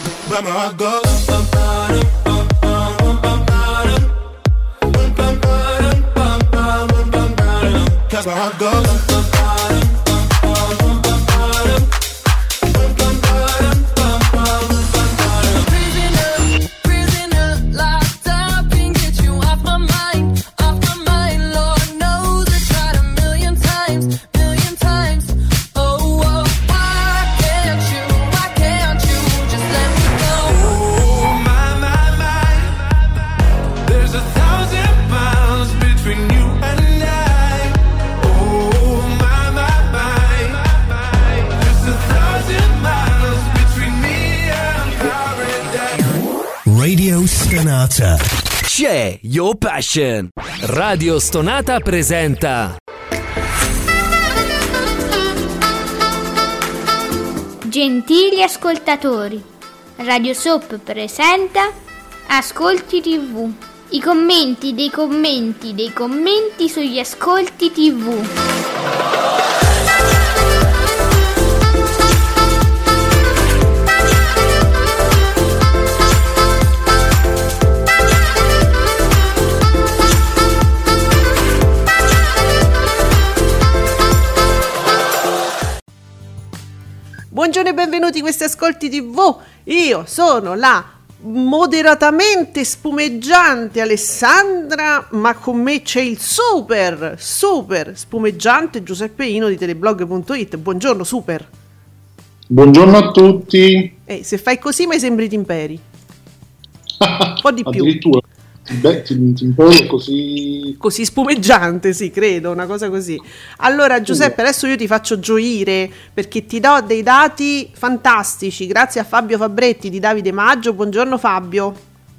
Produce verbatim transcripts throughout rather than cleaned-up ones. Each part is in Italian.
where my heart goes. Bum, bum, bum, bum, bum, bum, bum, bum, bum, bum, bum, bum, cause my heart goes. Radio Stonata. C'è Your Passion. Radio Stonata presenta Gentili ascoltatori, Radio Soap presenta Ascolti tivù. I commenti dei commenti dei commenti sugli ascolti tivù. Buongiorno e benvenuti a questi ascolti tivù. Io sono la moderatamente spumeggiante Alessandra, ma con me c'è il super, super spumeggiante Giuseppe Ino di teleblog punto it. Buongiorno super. Buongiorno a tutti. Eh, se fai così mi sembri Timperi. Un po' di più. Addirittura. Beh, Timperi è così... Così spumeggiante, sì, credo, una cosa così. Allora Giuseppe, adesso io ti faccio gioire perché ti do dei dati fantastici grazie a Fabio Fabretti di Davide Maggio. Buongiorno Fabio.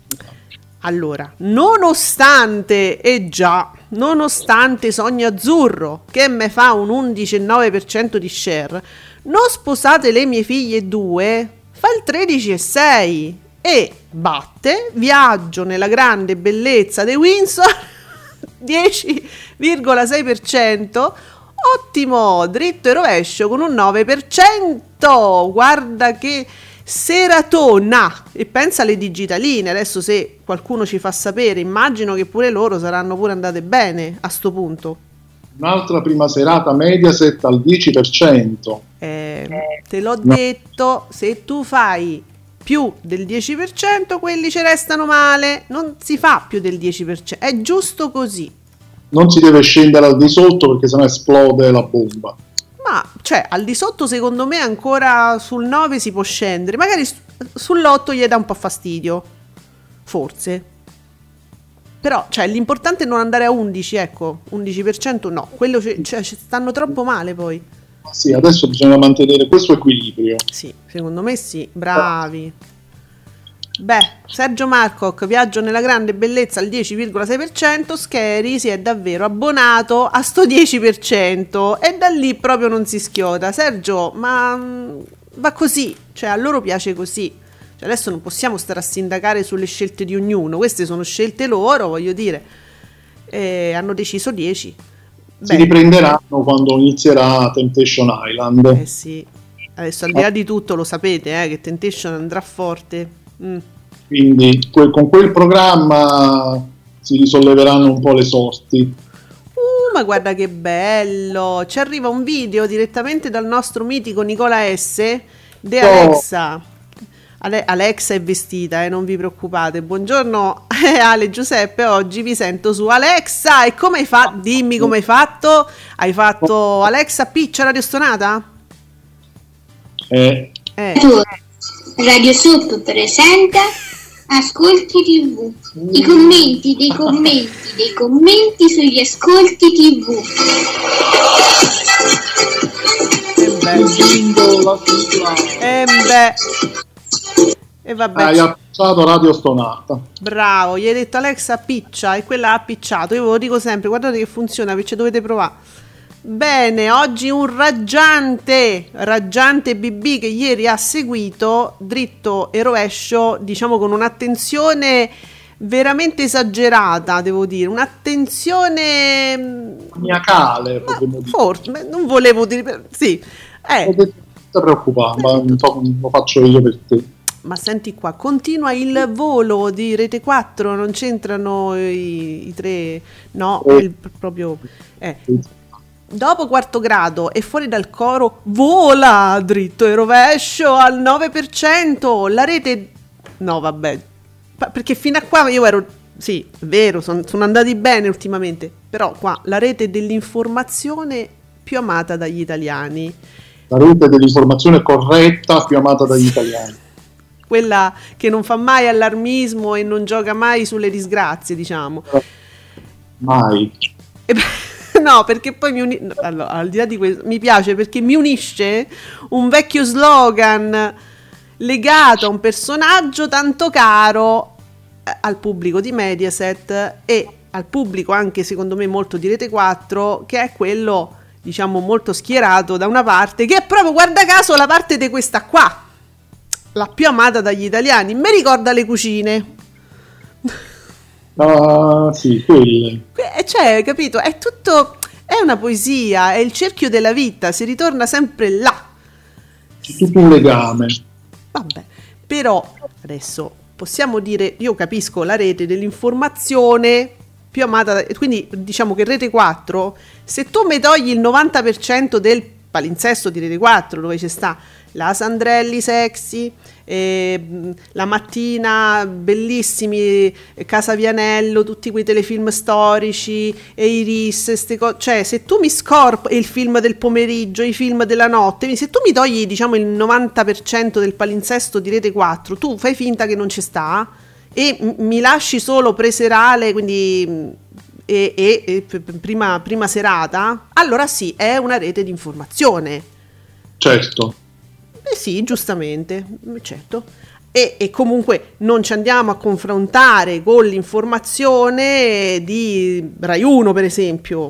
Allora, nonostante, e già, nonostante Sogno Azzurro che me fa un undici virgola nove per cento di share, Non sposate le mie figlie due fa il tredici virgola sei per cento e batte Viaggio nella grande bellezza dei Windsor dieci virgola sei per cento. Ottimo, dritto e rovescio con un nove per cento. Guarda che seratona. E pensa alle digitaline. Adesso se qualcuno ci fa sapere, immagino che pure loro saranno pure andate bene a sto punto. Un'altra prima serata Mediaset al dieci per cento. Eh, te l'ho no. detto, se tu fai più del dieci per cento quelli ci restano male. Non si fa più del dieci per cento, è giusto così. Non si deve scendere al di sotto perché sennò esplode la bomba. Ma cioè al di sotto secondo me ancora sul nove si può scendere, magari sull'otto gli dà un po' fastidio, forse. Però cioè l'importante è non andare a undici, ecco, undici per cento no, quello c- cioè ci stanno troppo male poi. Sì, adesso bisogna mantenere questo equilibrio. Sì, secondo me sì, bravi. Beh, Sergio Marcoc, Viaggio nella grande bellezza al dieci virgola sei per cento, Scary si è davvero abbonato a sto dieci per cento e da lì proprio non si schioda. Sergio, ma va così, cioè a loro piace così. Cioè adesso non possiamo stare a sindacare sulle scelte di ognuno, queste sono scelte loro, voglio dire, e hanno deciso dieci. Si Beh. riprenderanno quando inizierà Temptation Island. Eh sì, adesso al di là di tutto lo sapete eh, che Temptation andrà forte. Mm. Quindi que- con quel programma si risolleveranno un po' le sorti. Uh, ma guarda che bello! Ci arriva un video direttamente dal nostro mitico Nicola S. De Alexa. Oh. Ale- Alexa è vestita, eh, non vi preoccupate. Buongiorno Ale Giuseppe, oggi vi sento su Alexa. E come hai fatto? Dimmi come hai fatto? Hai fatto Alexa Piccia Radio Stonata? Eh. eh. Radio Soap presenta Ascolti tivù. I commenti dei commenti dei commenti sugli ascolti tivù. E beh. E beh. E vabbè. Hai appicciato Radio Stonata. Bravo, gli hai detto Alexa piccia e quella ha appicciato. Io ve lo dico sempre, guardate che funziona, perché dovete provare. Bene, oggi un raggiante, raggiante B B che ieri ha seguito dritto e rovescio, diciamo con un'attenzione veramente esagerata, devo dire, un'attenzione maniacale, potremmo dire. Forse, non volevo dire, sì. Eh. Non ti preoccupare, ma lo faccio io per te. Ma senti qua, continua il volo di Rete quattro, non c'entrano i, i tre, no, Eh. il, proprio... Eh. Dopo quarto grado e fuori dal coro, vola dritto e rovescio al nove per cento, la rete... No, vabbè, Pa- perché fino a qua io ero... Sì, è vero, son- sono andati bene ultimamente, però qua la rete dell'informazione più amata dagli italiani, La rete dell'informazione corretta più amata dagli italiani. quella che non fa mai allarmismo e non gioca mai sulle disgrazie, diciamo. Mai. E beh, no, perché poi mi uni- no, allora, al di là di questo, mi piace perché mi unisce un vecchio slogan legato a un personaggio tanto caro eh, al pubblico di Mediaset e al pubblico anche secondo me molto di Rete quattro, che è quello diciamo molto schierato da una parte, che è proprio, guarda caso, la parte di questa qua, la più amata dagli italiani. Mi ricorda Le Cucine. Ah, sì, quelle. Eh, Cioè, capito? È tutto, è una poesia, è il cerchio della vita, si ritorna sempre là. C'è tutto un legame. Vabbè, però adesso possiamo dire, io capisco la rete dell'informazione più amata, da- quindi diciamo che Rete quattro, se tu mi togli il novanta per cento del palinsesto di Rete quattro, dove ci sta la Sandrelli sexy, eh, mh, la mattina bellissimi, eh, Casa Vianello, tutti quei telefilm storici, e Iris, ste co- cioè se tu mi scorpori il film del pomeriggio, i film della notte, quindi se tu mi togli diciamo il novanta per cento del palinsesto di Rete quattro, tu fai finta che non ci sta e m- mi lasci solo preserale, quindi mh, e, e- e p- p- prima, prima serata, allora sì, è una rete di informazione. Certo. Eh sì, giustamente, mm, certo. E, e comunque non ci andiamo a confrontare con l'informazione di Rai uno, per esempio.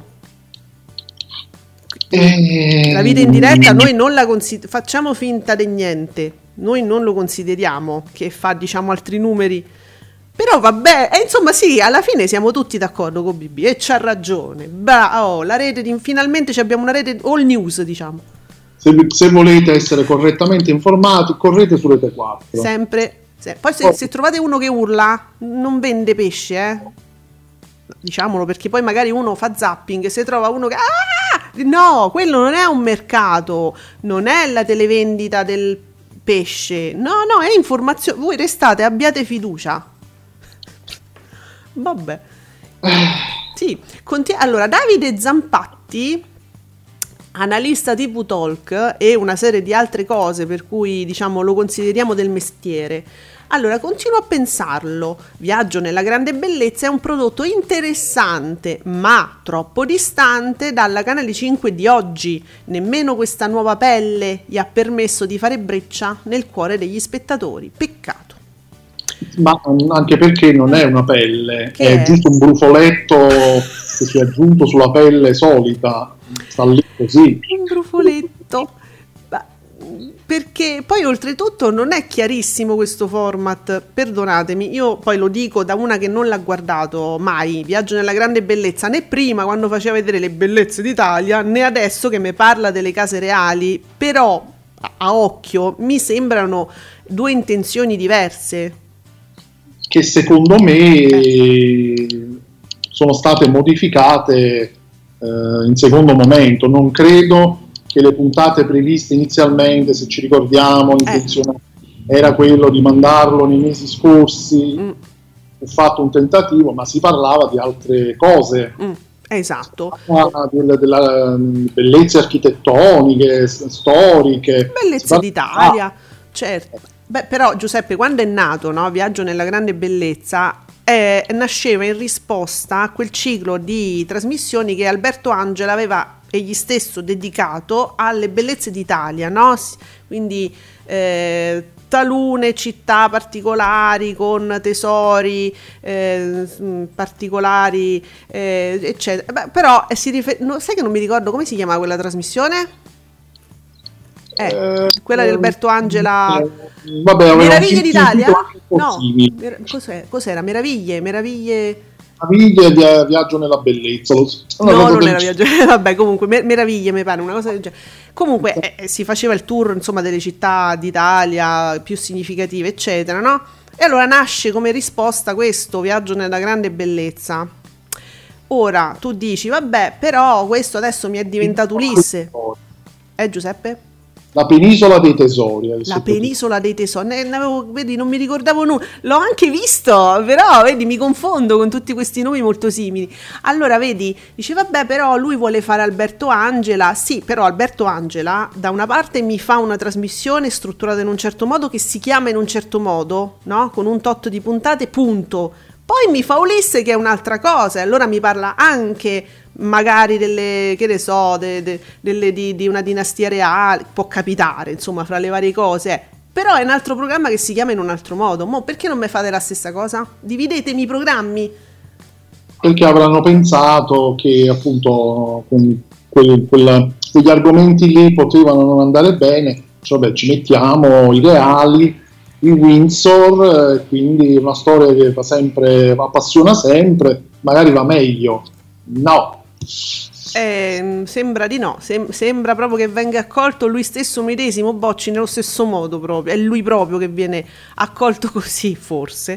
Eh, La vita in diretta noi non la consider- facciamo finta di niente, noi non lo consideriamo, che fa diciamo altri numeri. Però vabbè, e insomma sì, alla fine siamo tutti d'accordo con B B e c'ha ragione. Bra- oh, la rete di, finalmente ci abbiamo una rete all news, diciamo. Se, se volete essere correttamente informati, correte su Rete quattro. Sempre, se- poi se, se trovate uno che urla, non vende pesce, eh. Diciamolo, perché poi magari uno fa zapping e se trova uno che... Ah! No, quello non è un mercato, non è la televendita del pesce. No, no, è informazione. Voi restate, abbiate fiducia. Vabbè. Sì, conti- allora, Davide Zampatti, analista T V Talk e una serie di altre cose per cui diciamo lo consideriamo del mestiere. Allora, continuo a pensarlo. Viaggio nella grande bellezza è un prodotto interessante, ma troppo distante dalla Canale cinque di oggi. Nemmeno questa nuova pelle gli ha permesso di fare breccia nel cuore degli spettatori. Peccato. Ma anche perché non è una pelle, Che è, è? giusto un brufoletto che si è aggiunto sulla pelle solita, sta lì così. Un brufoletto. Ma- perché poi oltretutto non è chiarissimo questo format, perdonatemi, io poi lo dico da una che non l'ha guardato mai Viaggio nella grande bellezza, né prima quando faceva vedere le bellezze d'Italia, né adesso che mi parla delle case reali, però a, a occhio mi sembrano due intenzioni diverse. Che secondo me sono state modificate eh, in secondo momento. Non credo che le puntate previste inizialmente, se ci ricordiamo, l'intenzione era quello di mandarlo nei mesi scorsi. Mm. Ho fatto un tentativo, ma si parlava di altre cose. Mm, esatto. Ah, delle, della, mm, bellezze architettoniche, s- storiche. Bellezze Si parla- d'Italia, certo. Beh, però Giuseppe, quando è nato, no, Viaggio nella grande bellezza, eh, nasceva in risposta a quel ciclo di trasmissioni che Alberto Angela aveva egli stesso dedicato alle bellezze d'Italia, no? S- Quindi eh, talune città particolari con tesori eh, s- particolari, eh, eccetera. Beh, però eh, si rifer- no, sai che non mi ricordo come si chiama quella trasmissione? Eh, Eh, quella di Alberto Angela, eh, vabbè, aveva un Meraviglie titolo d'Italia? anche un po' No, simile. mer- cos'è- cos'era? Meraviglie, meraviglie, Meraviglie via- Viaggio nella bellezza. Lo, una No, cosa non del era genere. viaggio. Vabbè, comunque, me- meraviglie, mi pare, una cosa del genere. Comunque, eh, eh, si faceva il tour, insomma, delle città d'Italia più significative, eccetera, no? E allora nasce come risposta questo Viaggio nella grande bellezza. Ora, tu dici, vabbè, però questo adesso mi è diventato Ulisse. Eh, Giuseppe? La penisola dei tesori. è il La sottotitolo. penisola dei tesori, ne- ne avevo- vedi, non mi ricordavo nulla, l'ho anche visto, però vedi, mi confondo con tutti questi nomi molto simili. Allora, vedi, dice, vabbè, però lui vuole fare Alberto Angela, sì, però Alberto Angela da una parte mi fa una trasmissione strutturata in un certo modo che si chiama in un certo modo, no? Con un tot di puntate, punto. Poi mi fa Ulisse che è un'altra cosa, e allora mi parla anche magari delle, che ne so, de- de- delle di, di una dinastia reale, può capitare, insomma, fra le varie cose, eh. Però è un altro programma che si chiama in un altro modo. Mo perché non mi fate la stessa cosa? Dividetemi i programmi. Perché avranno pensato che appunto con quel- quella- quegli argomenti lì potevano non andare bene, cioè beh, ci mettiamo i reali, i Windsor, eh, quindi una storia che fa sempre, appassiona sempre, magari va meglio. No. Eh, sembra di no, Sem- sembra proprio che venga accolto lui stesso medesimo Bocci nello stesso modo proprio, è lui proprio che viene accolto così forse.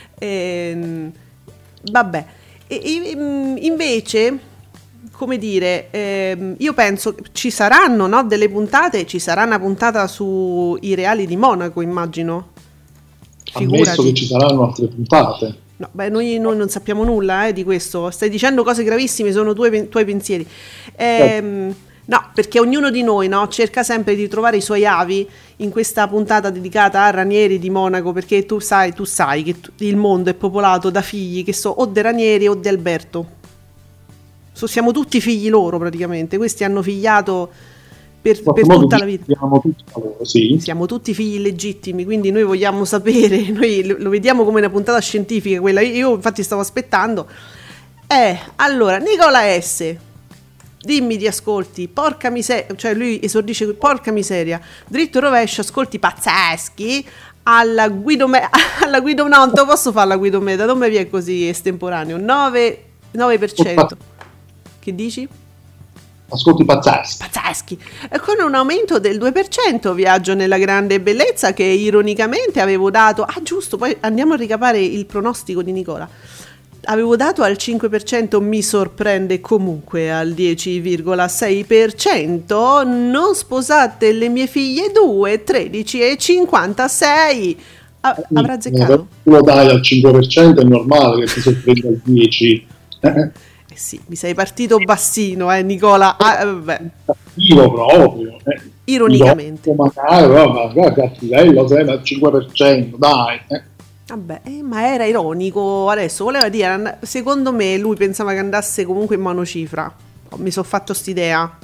Ehm, vabbè, e, e, mm, invece, come dire, ehm, io penso che ci saranno, no, delle puntate, ci sarà una puntata sui reali di Monaco, immagino. Ammesso che Figurati. ci saranno altre puntate. No, beh, noi, noi non sappiamo nulla eh, di questo. Stai dicendo cose gravissime, sono tue pen- tuoi pensieri. Ehm, no, perché ognuno di noi, no, cerca sempre di trovare i suoi avi in questa puntata dedicata a Ranieri di Monaco, perché tu sai, tu sai che tu- il mondo è popolato da figli che sono o di Ranieri o di Alberto. So- siamo tutti figli loro praticamente. Questi hanno figliato per, In qualche per modo tutta la vita. diciamo tutti a loro, sì. Siamo tutti figli illegittimi, quindi noi vogliamo sapere, noi lo lo vediamo come una puntata scientifica quella. Io infatti stavo aspettando. Eh, allora, Nicola S, dimmi ti ascolti, porca miseria, cioè lui esordisce porca miseria, dritto e rovescio, ascolti pazzeschi alla Guido Me- alla Guido, no, non te lo posso fare la Guido Meda, non mi viene così estemporaneo, nove, nove per cento. Che dici? Ascolti pazzeschi. Pazzeschi, e con un aumento del due per cento Viaggio nella grande bellezza, che ironicamente avevo dato, ah giusto, poi andiamo a ricapare il pronostico di Nicola, avevo dato al cinque per cento, mi sorprende comunque al dieci virgola sei per cento. Non sposate le mie figlie due, tredici e cinquantasei. Ah, avrà azzeccato? Tu lo dai al cinque per cento, è normale che ti sorprenda al dieci per cento. Eh sì, mi sei partito bassino, eh Nicola. Ah, vabbè. Io proprio. Eh. Ironicamente. Io, magari, ma guarda, cattivello, sei al cinque per cento, dai. Eh. Vabbè, eh, ma era ironico adesso, voleva dire, and- secondo me lui pensava che andasse comunque in monocifra, mi sono fatto st'idea.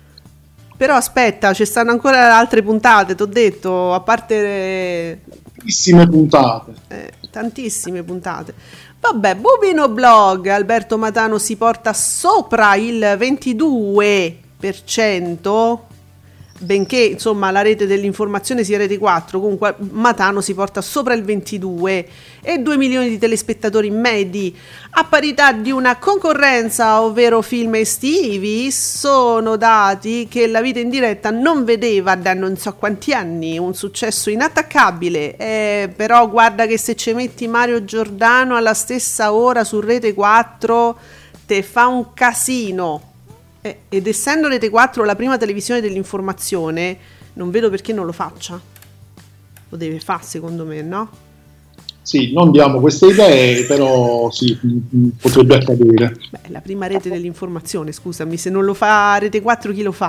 Però aspetta, ci stanno ancora altre puntate, t'ho detto, a parte Tantissime puntate. eh, tantissime puntate. Vabbè, Bubino Blog, Alberto Matano si porta sopra il ventidue per cento, benché insomma la rete dell'informazione sia Rete quattro, comunque Matano si porta sopra il ventidue e due milioni di telespettatori medi a parità di una concorrenza, ovvero film estivi. Sono dati che la vita in diretta non vedeva da non so quanti anni, un successo inattaccabile, eh, però guarda che se ci metti Mario Giordano alla stessa ora su Rete quattro te fa un casino. Eh, ed essendo Rete quattro la prima televisione dell'informazione, non vedo perché non lo faccia. Lo deve fare, secondo me, no? Sì, non diamo queste idee, però sì, m- m- potrebbe accadere. Beh, la prima rete dell'informazione, scusami, se non lo fa Rete quattro chi lo fa?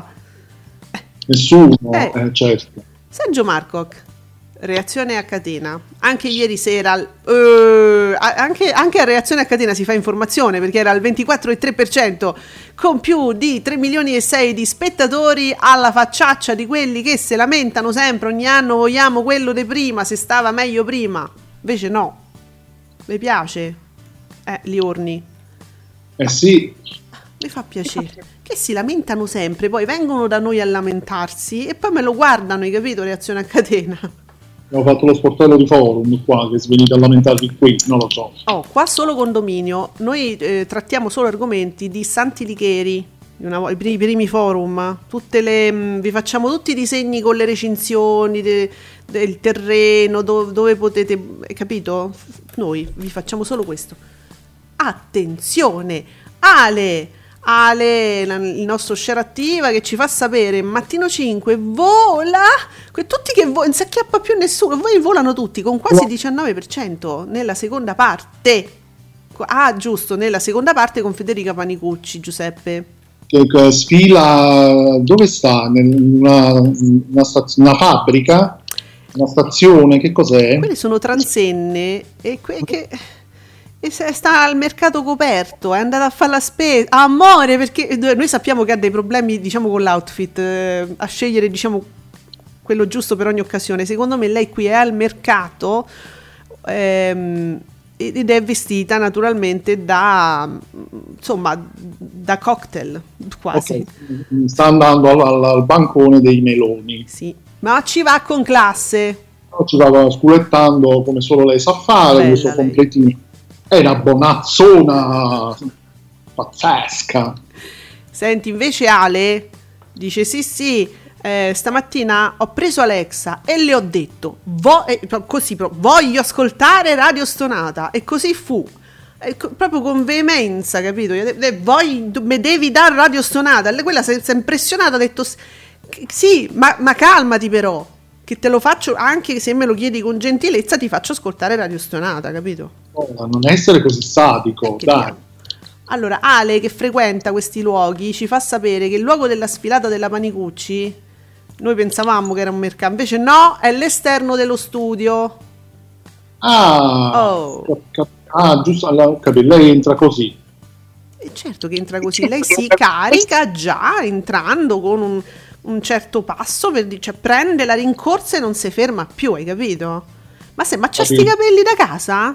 Nessuno, Eh. eh, certo. Sergio Marcoc, reazione a catena. Anche ieri sera, eh, a- anche, anche a reazione a catena si fa informazione, perché era al ventiquattro virgola tre per cento, con più di tre milioni e sei di spettatori, alla facciaccia di quelli che si lamentano sempre, ogni anno vogliamo quello di prima, se stava meglio prima. Invece no. Vi piace? Eh, Liorni. Eh sì, Mi fa piacere che si lamentano sempre, poi vengono da noi a lamentarsi e poi me lo guardano, hai capito? Reazione a catena. Abbiamo fatto lo sportello di Forum qua, che si venite a lamentarvi qui, non lo so. Oh, qua solo condominio. Noi eh, trattiamo solo argomenti di Santi Licheri, di una vo- i primi, i primi forum. Tutte le, mh, vi facciamo tutti i disegni con le recinzioni de- del terreno, do- dove potete, hai capito? Noi vi facciamo solo questo. Attenzione, Ale, Ale, la- il nostro share attiva che ci fa sapere Mattino cinque vola, que- tutti che vo- non si acchiappa più nessuno, voi volano tutti con quasi No. diciannove per cento nella seconda parte. Ah, giusto, nella seconda parte con Federica Panicucci, Giuseppe. Che, che sfila, dove sta? In una, una, staz- una fabbrica? Una stazione? Che cos'è? Quelle sono transenne e que- che e se- sta al mercato coperto, è andata a fare la spesa, amore, perché noi sappiamo che ha dei problemi, diciamo, con l'outfit, eh, a scegliere, diciamo, quello giusto per ogni occasione. Secondo me lei qui è al mercato ehm, ed è vestita naturalmente da, insomma, da cocktail quasi. Ok, sta andando al, al- al bancone dei meloni. Sì, ma ci va con classe. Ci stava sculettando come solo lei sa fare, Bella questo lei. completino. È una bonazzona pazzesca. Senti, invece Ale dice sì sì, eh, stamattina ho preso Alexa e le ho detto vo- eh, pro- così pro- voglio ascoltare Radio Stonata, e così fu. Eh, co- proprio con veemenza, capito? Io de- de- voi tu- me devi dare Radio Stonata. E quella si è si è impressionata, ha detto "S- sì, ma, ma calmati però, che te lo faccio, anche se me lo chiedi con gentilezza, ti faccio ascoltare Radio Stonata", capito? Oh, non essere così sadico, Che dai. diamo? Allora, Ale, che frequenta questi luoghi, ci fa sapere che il luogo della sfilata della Panicucci, noi pensavamo che era un mercato, invece no, è l'esterno dello studio. Ah, Oh. cap- cap- ah, giusto, allora, ho capito, lei entra così. E certo che entra così, lei si carica già entrando con un, un certo passo, per, di- cioè prende la rincorsa e non si ferma più, hai capito? Ma se, ma c'ha sti Capito. capelli da casa?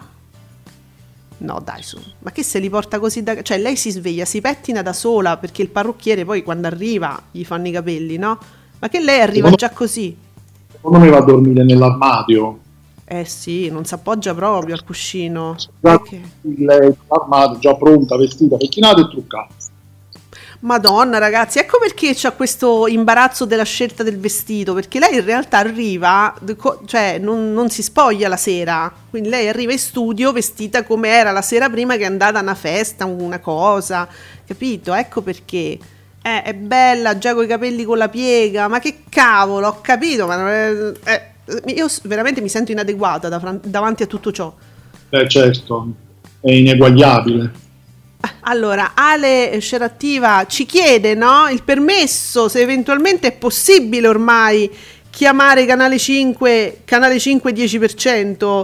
No, dai, su. Ma che se li porta così da... Cioè, lei si sveglia, si pettina da sola, perché il parrucchiere poi quando arriva gli fanno i capelli, no? Ma che lei arriva Secondo- già così? Secondo me va a dormire nell'armadio. Eh sì, non si appoggia proprio al cuscino. Già Perché? lei l'armadio, già pronta, vestita, pettinata e truccata. Madonna, ragazzi, ecco perché c'ha questo imbarazzo della scelta del vestito, perché lei in realtà arriva, co- cioè non, non si spoglia la sera, quindi lei arriva in studio vestita come era la sera prima, che è andata a una festa, una cosa, capito? Ecco perché. Eh, è bella, già con i capelli con la piega, ma che cavolo, ho capito, ma non è- eh, io s- veramente mi sento inadeguata da fran- davanti a tutto ciò. Eh certo, è ineguagliabile. Allora, Ale Scerattiva ci chiede, no, il permesso, se eventualmente è possibile ormai chiamare Canale cinque, Canale cinque dieci per cento.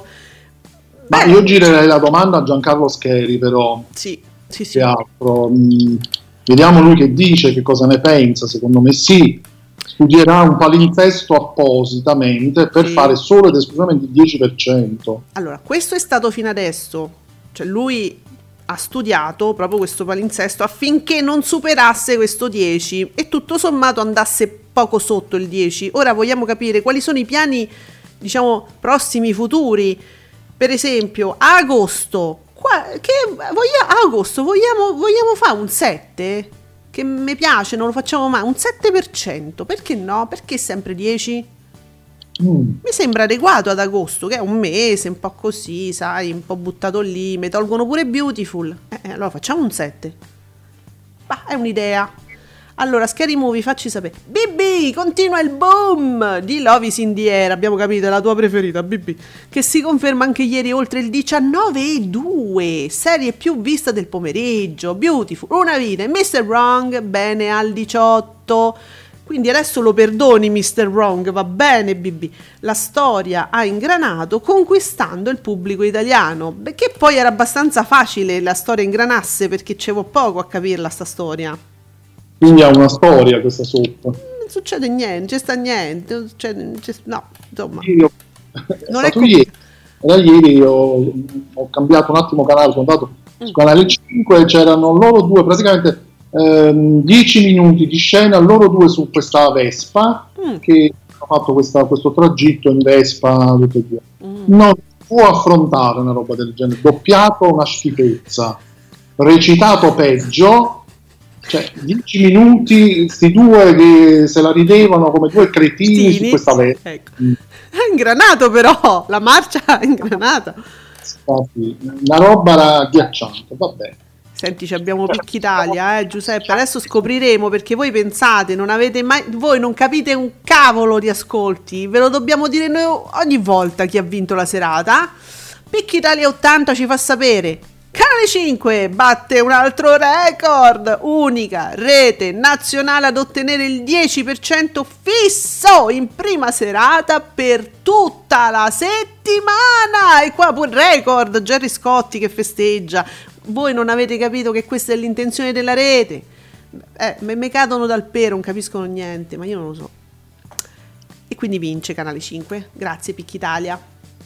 Ma Beh, io girerei la domanda a Giancarlo Scheri, però, sì, sì, sì. che altro. Mm, vediamo lui che dice, che cosa ne pensa. Secondo me sì, studierà un palinsesto appositamente per Sì. fare solo ed esclusivamente il dieci per cento. Allora, questo è stato fino adesso, cioè lui ha studiato proprio questo palinsesto affinché non superasse questo dieci e tutto sommato andasse poco sotto il dieci. Ora vogliamo capire quali sono i piani, diciamo, prossimi, futuri. Per esempio, a agosto, qua, che voglia, a agosto vogliamo, vogliamo fare un sette? Che mi piace, non lo facciamo mai, un sette per cento, perché no? Perché sempre dieci? Mm. Mi sembra adeguato ad agosto, che è un mese, un po' così, sai, un po' buttato lì, mi tolgono pure Beautiful. Eh, eh, allora facciamo un sette. Bah, è un'idea. Allora, Scary Movie, facci sapere. B B, continua il boom di Love is in the Air, abbiamo capito, è la tua preferita, B B, che si conferma anche ieri oltre il diciannove e due, serie più vista del pomeriggio. Beautiful, Una vita e mister Wrong, bene al diciotto. Quindi adesso lo perdoni mister Wrong, va bene B B. La storia ha ingranato conquistando il pubblico italiano, che poi era abbastanza facile la storia ingranasse, perché c'avevo poco a capirla sta storia. Quindi ha una storia questa soppa. Non succede niente, c'è sta niente, non succede- c'è- no, insomma. Io, è Non è stato com- ieri. Da ieri io ho cambiato un attimo canale, sono andato su canale cinque, c'erano loro due praticamente ehm, dieci minuti di scena, loro due su questa Vespa Mm. che hanno fatto questa- questo tragitto in Vespa tutti e due. Mm. Non può affrontare una roba del genere. Doppiato una schifezza, recitato peggio, cioè dieci minuti sti due che se la ridevano come due cretini su Stini. questa Vespa. Ecco. È ingranato però, la marcia è ingranata. Infatti, la roba era agghiacciante, vabbè. Senti, ci abbiamo Picchi Italia, eh, Giuseppe. Adesso scopriremo perché voi pensate, non avete mai, voi non capite un cavolo di ascolti. Ve lo dobbiamo dire noi ogni volta chi ha vinto la serata. Picchi Italia ottanta ci fa sapere. Canale cinque batte un altro record, unica rete nazionale ad ottenere il dieci per cento fisso in prima serata per tutta la settimana. E qua pure record, Gerry Scotti che festeggia. Voi non avete capito che questa è l'intenzione della rete. Eh, me, me cadono dal pero, non capiscono niente, ma io non lo so. E quindi vince Canale cinque. Grazie Picchi Italia.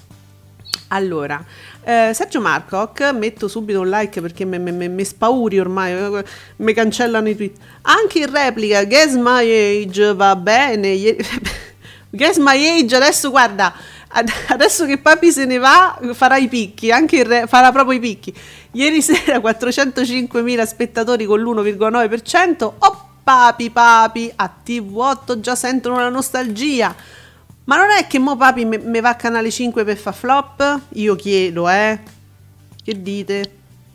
Allora, eh, Sergio Marcoc, metto subito un like perché mi spauri ormai, eh, mi cancellano i tweet. Anche in replica, Guess My Age va bene. Ieri- Guess My Age, adesso guarda, ad- adesso che Papi se ne va, farà i picchi, anche il re- farà proprio i picchi. Ieri sera quattrocentocinquemila spettatori con l'uno virgola nove per cento. Oh Papi Papi, a T V otto già sentono la nostalgia. Ma non è che mo Papi me, me va a Canale cinque per fa flop? Io chiedo, eh. Che dite?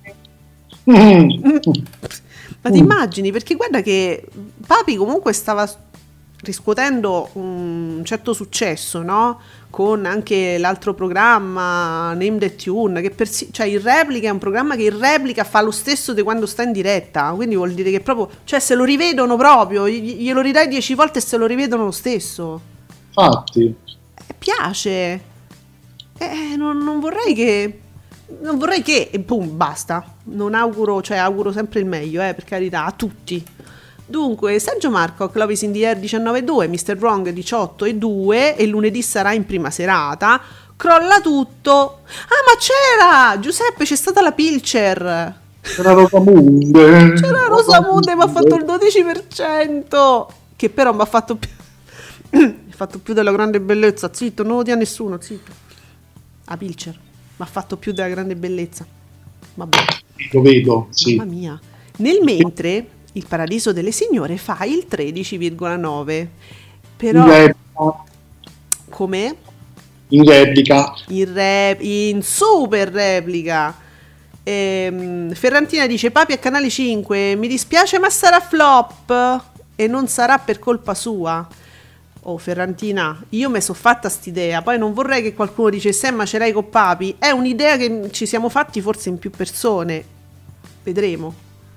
Mm. Ma ti immagini? Perché guarda che Papi comunque stava riscuotendo un certo successo, no? Con anche l'altro programma Name the Tune, che persi- cioè il replica è un programma che in replica fa lo stesso di quando sta in diretta, quindi vuol dire che proprio, cioè se lo rivedono proprio, gli- glielo ridai dieci volte e se lo rivedono lo stesso. Infatti, Eh, piace. Eh, non, non vorrei che non vorrei che e boom, basta. Non auguro, cioè auguro sempre il meglio, eh, per carità, a tutti. Dunque, Sergio Marco, Love is in the Air diciannove e due, mister Wrong diciotto e due e lunedì sarà in prima serata. Crolla tutto. Ah, ma c'era! Giuseppe, c'è stata la Pilcher. c'era Rosamunde. C'era Rosamunde, mi ha fatto il dodici per cento. Che però mi ha fatto più ha fatto più della grande bellezza. Zitto, non lo dia nessuno, zitto. A Pilcher mi ha fatto più della grande bellezza. Vabbè. Lo vedo, sì. Mamma mia. Nel mentre il Paradiso delle Signore fa il tredici virgola nove. Però In replica, come? in replica. In, rep- in super replica. Ehm, Ferrantina dice: Papi a Canale cinque, mi dispiace ma sarà flop e non sarà per colpa sua. Oh Ferrantina, io mi sono fatta st'idea, poi non vorrei che qualcuno dicesse: ma ce l'hai con Papi. È un'idea che ci siamo fatti forse in più persone, vedremo.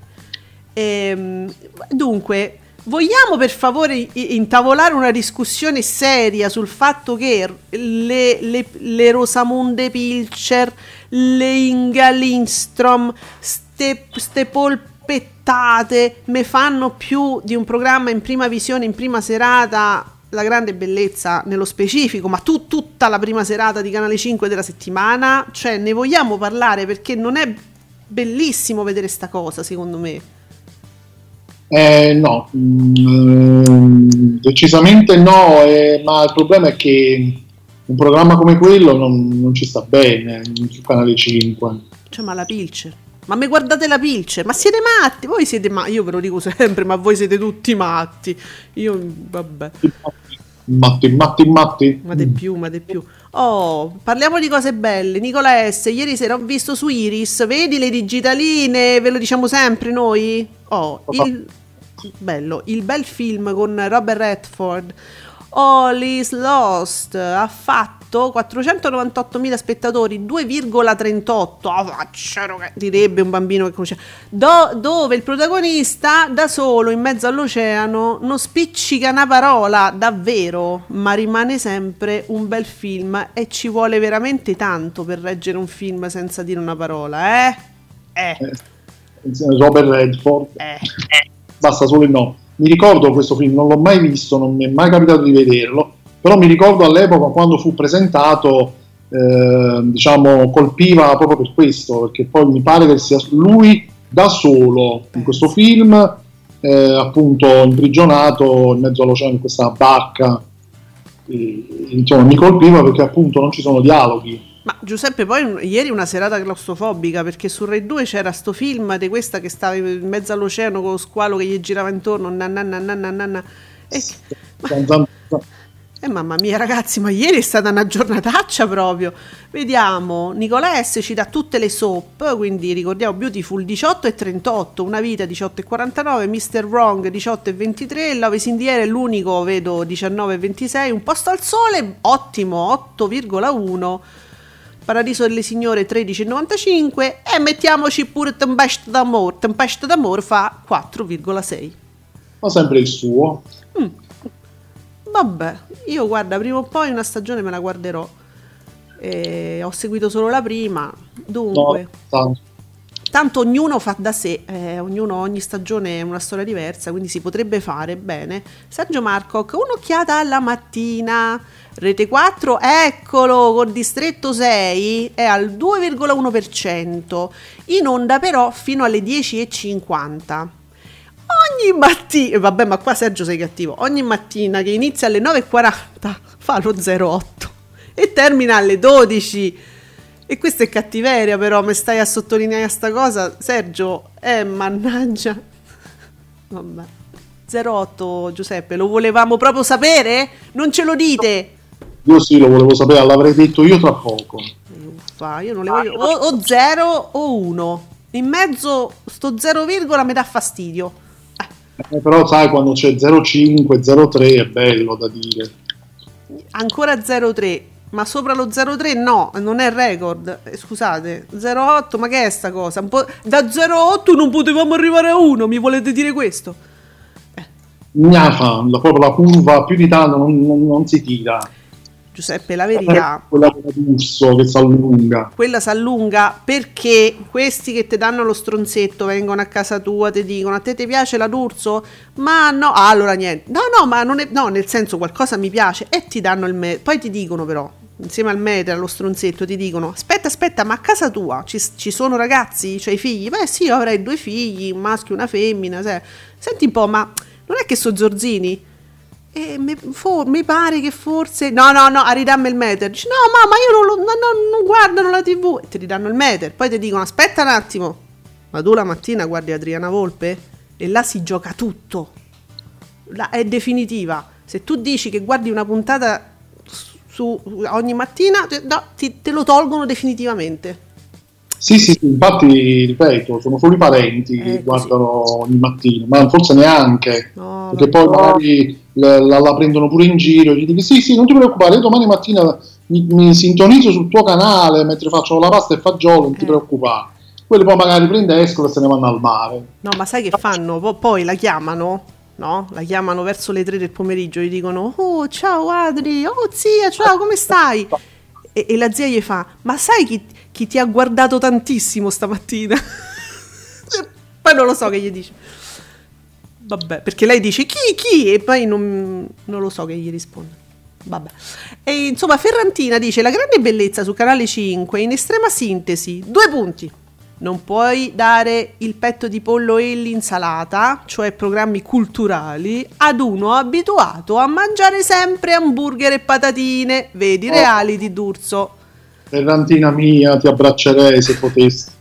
Ehm, dunque, vogliamo per favore i- intavolare una discussione seria sul fatto che le, le, le Rosamunde Pilcher, le Inga Lindstrom, ste, ste polpettate me fanno più di un programma in prima visione, in prima serata, La grande bellezza nello specifico, ma tu tutta la prima serata di Canale cinque della settimana? Cioè, ne vogliamo parlare perché non è bellissimo vedere sta cosa, secondo me. Eh, no, mm, decisamente no, eh, ma il problema è che un programma come quello non, non ci sta bene su Canale cinque. Cioè, ma la Pilcher, ma me guardate la Pilcher, ma siete matti, voi siete matti, io ve lo dico sempre, ma voi siete tutti matti, io, vabbè, Matti, matti, matti. ma di più, ma di più. Oh, parliamo di cose belle. Nicola S, ieri sera ho visto su Iris, vedi le digitaline, ve lo diciamo sempre noi? Oh, il bello, il bel film con Robert Redford, All is Lost, ha fatto quattrocentonovantottomila spettatori, due virgola trentotto. Oh, faccero che direbbe un bambino che conosce. Do, dove il protagonista da solo in mezzo all'oceano non spiccica una parola, davvero, ma rimane sempre un bel film e ci vuole veramente tanto per reggere un film senza dire una parola, eh? Eh. Robert Redford. Eh. Basta solo il no. Mi ricordo questo film, non l'ho mai visto, non mi è mai capitato di vederlo, però mi ricordo all'epoca quando fu presentato, eh, diciamo, colpiva proprio per questo, perché poi mi pare che sia lui da solo in questo film, eh, appunto imprigionato in mezzo all'oceano in questa barca. e, insomma, mi colpiva perché appunto non ci sono dialoghi. Ma Giuseppe, poi ieri una serata claustrofobica, perché su Rai due c'era sto film di questa che stava in mezzo all'oceano con lo squalo che gli girava intorno, nanna, nanna, nanna, nanna. E, ma, eh, mamma mia ragazzi, ma ieri è stata una giornataccia proprio. Vediamo, Nicola S ci dà tutte le soap, quindi ricordiamo Beautiful diciotto e trentotto, Una vita diciotto e quarantanove, mister Wrong diciotto e ventitré, Love is in the air è l'unico, vedo diciannove e ventisei, Un posto al sole, ottimo, otto virgola uno, Paradiso delle Signore tredici e novantacinque e mettiamoci pure Tempesta d'amore, Tempesta d'amore fa quattro virgola sei. Ma sempre il suo. Mm. Vabbè, io guarda, prima o poi una stagione me la guarderò. Eh, ho seguito solo la prima, dunque. No, tanto. Tanto ognuno fa da sé, eh, ognuno, ogni stagione è una storia diversa, quindi si potrebbe fare bene. Sergio Marcoc, un'occhiata alla mattina. Rete quattro, eccolo, col distretto sei è al due virgola uno per cento, in onda però fino alle dieci e cinquanta. Ogni mattina, vabbè, ma qua Sergio sei cattivo, ogni mattina che inizia alle nove e quaranta fa lo zero otto e termina alle dodici. E questa è cattiveria, però mi stai a sottolineare sta cosa, Sergio, eh mannaggia. Vabbè. zero otto Giuseppe, lo volevamo proprio sapere? Non ce lo dite? Io sì, lo volevo sapere, l'avrei detto io tra poco. Uffa, io non le voglio, o, o zero o uno. In mezzo sto zero virgola mi dà fastidio. Eh, però sai, quando c'è zero virgola cinque, zero virgola tre è bello da dire. Ancora zero virgola tre, ma sopra lo zero virgola tre no, non è record. Eh, scusate, zero virgola otto, ma che è sta cosa? Un po'... Da zero virgola otto non potevamo arrivare a uno, mi volete dire questo? Eh. Gnafa, la, proprio la curva più di tanto non, non, non si tira. Giuseppe, la verità, quella d'Urso che si allunga, quella si allunga perché questi che ti danno lo stronzetto vengono a casa tua, ti dicono a te ti piace la d'Urso? Ma no, ah, allora niente, no no, ma non è, no, nel senso qualcosa mi piace e ti danno il me, poi ti dicono però insieme al meter, allo stronzetto ti dicono aspetta aspetta, ma a casa tua ci, ci sono ragazzi, c'hai figli? Beh sì, io avrei due figli, un maschio e una femmina, sai. Senti un po', ma non è che so Zorzini? E mi, for, mi pare che forse no no no a ridammi il meter. Dici, no mamma io non, lo, no, no, non guardano la tv e ti ridanno il meter, poi ti dicono aspetta un attimo, ma tu la mattina guardi Adriana Volpe e là si gioca tutto, là è definitiva. Se tu dici che guardi una puntata su, su ogni mattina no, ti, te lo tolgono definitivamente. Sì, sì, sì, infatti, ripeto, sono solo i parenti che eh, guardano ogni mattina, ma forse neanche, no, perché no. poi magari la, la, la prendono pure in giro, gli dici sì, sì, non ti preoccupare, io domani mattina mi, mi sintonizzo sul tuo canale mentre faccio la pasta e fagiolo, non ti Eh. preoccupare. Quelli poi magari prende, escono e se ne vanno al mare. No, ma sai che fanno? Po- Poi la chiamano, no? La chiamano verso le tre del pomeriggio, gli dicono oh ciao Adri, oh zia, ciao, come stai? E, e la zia gli fa, ma sai chi, chi ti ha guardato tantissimo stamattina? Poi non lo so che gli dice. Vabbè, perché lei dice chi, chi? E poi non, non lo so che gli risponde. Vabbè. E insomma Ferrantina dice la grande bellezza su Canale cinque in estrema sintesi, due punti. Non puoi dare il petto di pollo e l'insalata, cioè programmi culturali, ad uno abituato a mangiare sempre hamburger e patatine, vedi Oh. reality d'Urso. Ferrantina mia, ti abbraccerei se potessi.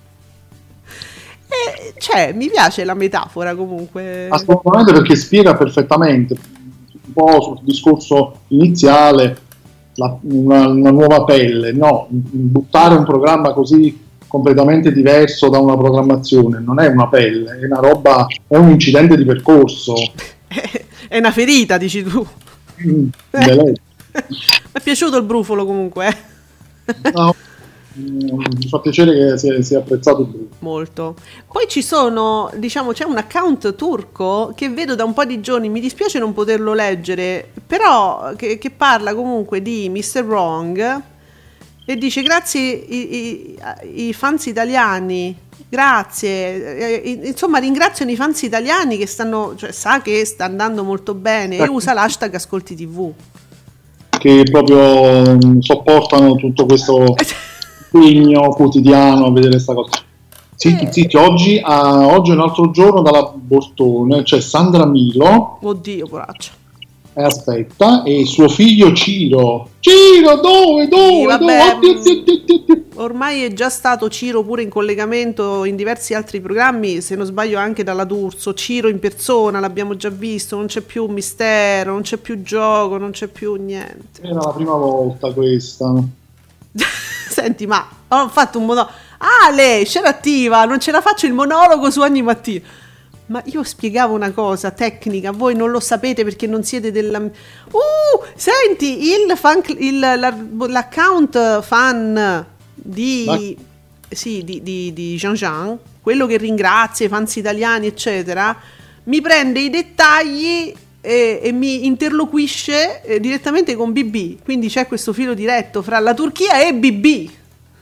E, cioè, mi piace la metafora comunque. Assolutamente, perché spiega perfettamente un po' sul discorso iniziale la- una, una nuova pelle, no? Buttare un programma così completamente diverso da una programmazione non è una pelle, è una roba, è un incidente di percorso. È una ferita, dici tu. Mm, bello. Mi è piaciuto il brufolo comunque. eh. No, mm, mi fa piacere che sia, sia apprezzato il gruppo. Molto. Poi ci sono, diciamo, c'è un account turco che vedo da un po' di giorni, mi dispiace non poterlo leggere, però che, che parla comunque di mister Wrong e dice grazie i, i, i fans italiani, grazie, eh, insomma ringraziano i fans italiani che stanno, cioè sa che sta andando molto bene e usa l'hashtag Ascolti tivù. Che proprio mm, sopportano tutto questo impegno quotidiano a vedere questa cosa. Zitti, Eh. zitti, oggi, ah, oggi è un altro giorno dalla Bortone, c'è Sandra Milo, Oddio, poraccia. Eh, aspetta, e suo figlio Ciro. Ciro, dove, dove, Sì, vabbè, dove? Oddio, oddio, oddio, oddio. Ormai è già stato Ciro pure in collegamento in diversi altri programmi, se non sbaglio anche dalla D'Urso. Ciro in persona, l'abbiamo già visto, non c'è più mistero, non c'è più gioco, non c'è più niente. Era la prima volta questa. Senti, ma ho fatto un monologo. Ah, lei, c'era attiva, non ce la faccio il monologo su ogni mattina. Ma io spiegavo una cosa tecnica, voi non lo sapete perché non siete della... Uh, senti, il fan, il, la- l'account fan di, Ma- sì, di, di, di Jean Jean, quello che ringrazia i fans italiani, eccetera, mi prende i dettagli e, e mi interloquisce eh, direttamente con B B. Quindi c'è questo filo diretto fra la Turchia e B B.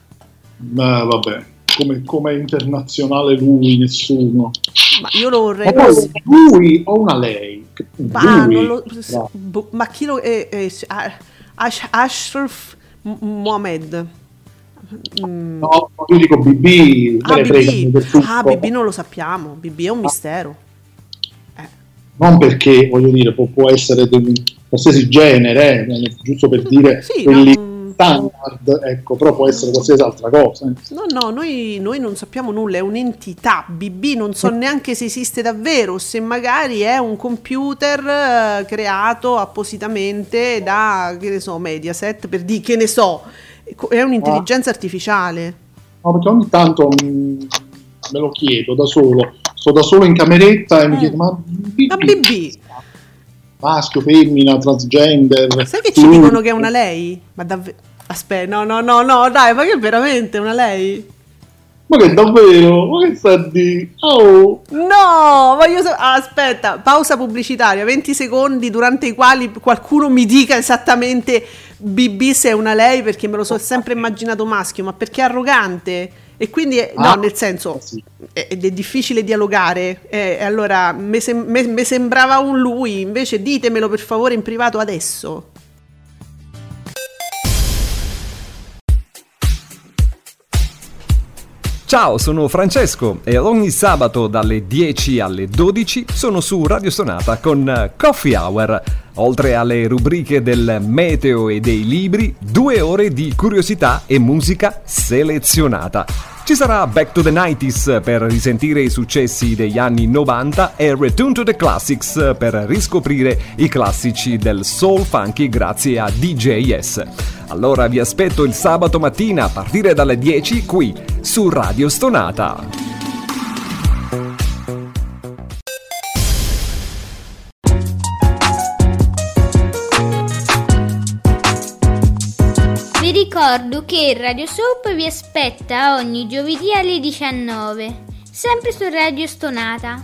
Ma vabbè, come, come internazionale lui, nessuno. Ma io lo vorrei... Ma poi lui o una lei? Ma, Lui. non lo- No. boh, ma chi lo... eh, eh, Ash- Ashraf M- Mohamed. Mm. No, io dico B B, Ah, me ne frega B B. del tutto. Ah, B B non lo sappiamo. B B è un mistero. Eh. Non perché, voglio dire, può, può essere di qualsiasi genere, eh, giusto per dire Sì, quelli no, mm. standard, ecco, però può essere qualsiasi altra cosa. eh. No, no, noi, noi non sappiamo nulla, è un'entità. B B non so neanche se esiste davvero, se magari è un computer eh, creato appositamente da, che ne so, Mediaset, per dire, che ne so, è un'intelligenza artificiale. No, perché ogni tanto mm, me lo chiedo da solo, sto da solo in cameretta e mi Mm. chiedo, ma B B, Ma B B, maschio, femmina, transgender, sai che ci fluido? dicono che è una lei? Ma davvero? Aspetta, no, no, no, no, dai, ma che è veramente una lei? Ma che davvero? Ma che sta di? Oh! No, voglio sa- ah, aspetta, pausa pubblicitaria, venti secondi durante i quali qualcuno mi dica esattamente B B se è una lei, perché me lo so sempre immaginato maschio, ma perché è arrogante e quindi è- no, Ah, nel senso sì. è- ed è difficile dialogare, e allora mi sembrava un lui, invece ditemelo per favore in privato adesso. Ciao, sono Francesco e ogni sabato dalle dieci alle dodici sono su Radio Stonata con Coffee Hour. Oltre alle rubriche del meteo e dei libri, due ore di curiosità e musica selezionata. Ci sarà Back to the nineties per risentire i successi degli anni novanta e Return to the Classics per riscoprire i classici del soul funky grazie a D J S. Allora vi aspetto il sabato mattina a partire dalle dieci qui su Radio Stonata. Vi ricordo che Radio Soap vi aspetta ogni giovedì alle diciannove, sempre su Radio Stonata.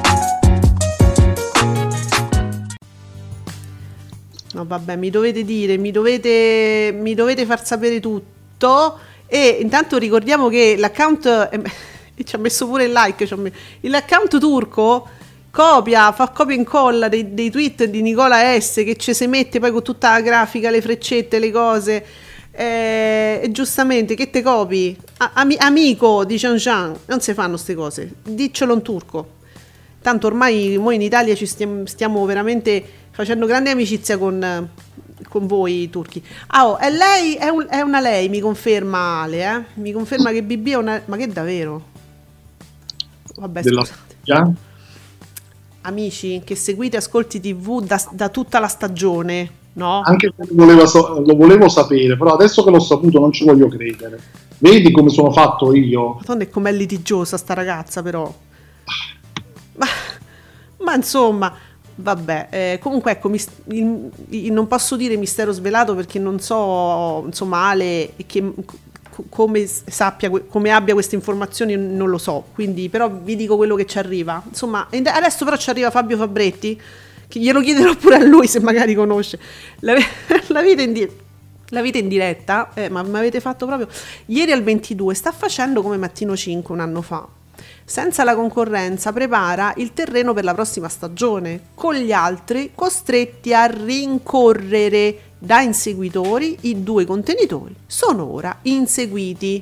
No, vabbè, mi dovete dire, mi dovete, mi dovete far sapere tutto. E intanto ricordiamo che l'account eh, ci ha messo pure il like, ci ha me- l'account turco copia, fa copia e incolla dei, dei tweet di Nicola S, che ci si mette poi con tutta la grafica, le freccette, le cose. Eh, e giustamente che te copi? A- ami- amico di Jean Jean, non si fanno ste cose, diccelo in turco. Tanto ormai noi in Italia ci stiamo, stiamo veramente facendo grande amicizia con, con voi turchi. Ah, oh, è lei, è, un- è una lei, mi conferma Ale, eh? Mi conferma che B B è una... Ma che davvero? Vabbè, Della scusate. Turchia? Amici che seguite Ascolti tivù da, da tutta la stagione, no? Anche se lo volevo, so- lo volevo sapere, però adesso che l'ho saputo non ci voglio credere. Vedi come sono fatto io? Madonna, è com'è litigiosa sta ragazza, però. Ma, ma insomma, vabbè. eh, comunque, ecco, mis- il- il- non posso dire mistero svelato perché non so, insomma, Ale che, co- come sappia, que- come abbia queste informazioni, non lo so. Quindi, però, vi dico quello che ci arriva. Insomma, e adesso però ci arriva Fabio Fabretti, che glielo chiederò pure a lui se magari conosce la, la vita in diretta. La vita in diretta, eh, ma mi avete fatto proprio ieri al ventidue, sta facendo come Mattino cinque un anno fa. Senza la concorrenza prepara il terreno per la prossima stagione, con gli altri costretti a rincorrere da inseguitori. I due contenitori sono ora inseguiti.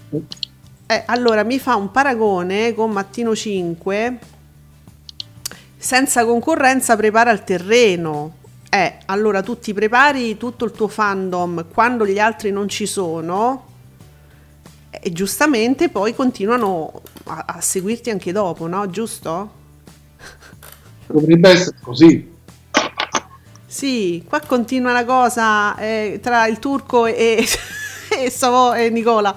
Eh, allora mi fa un paragone con Mattino cinque senza concorrenza prepara il terreno. Eh, allora tu ti prepari tutto il tuo fandom quando gli altri non ci sono e giustamente poi continuano a, a seguirti anche dopo, no? Giusto? Dovrebbe essere così. Sì, qua continua la cosa eh, tra il turco e, e, Savo, e Nicola.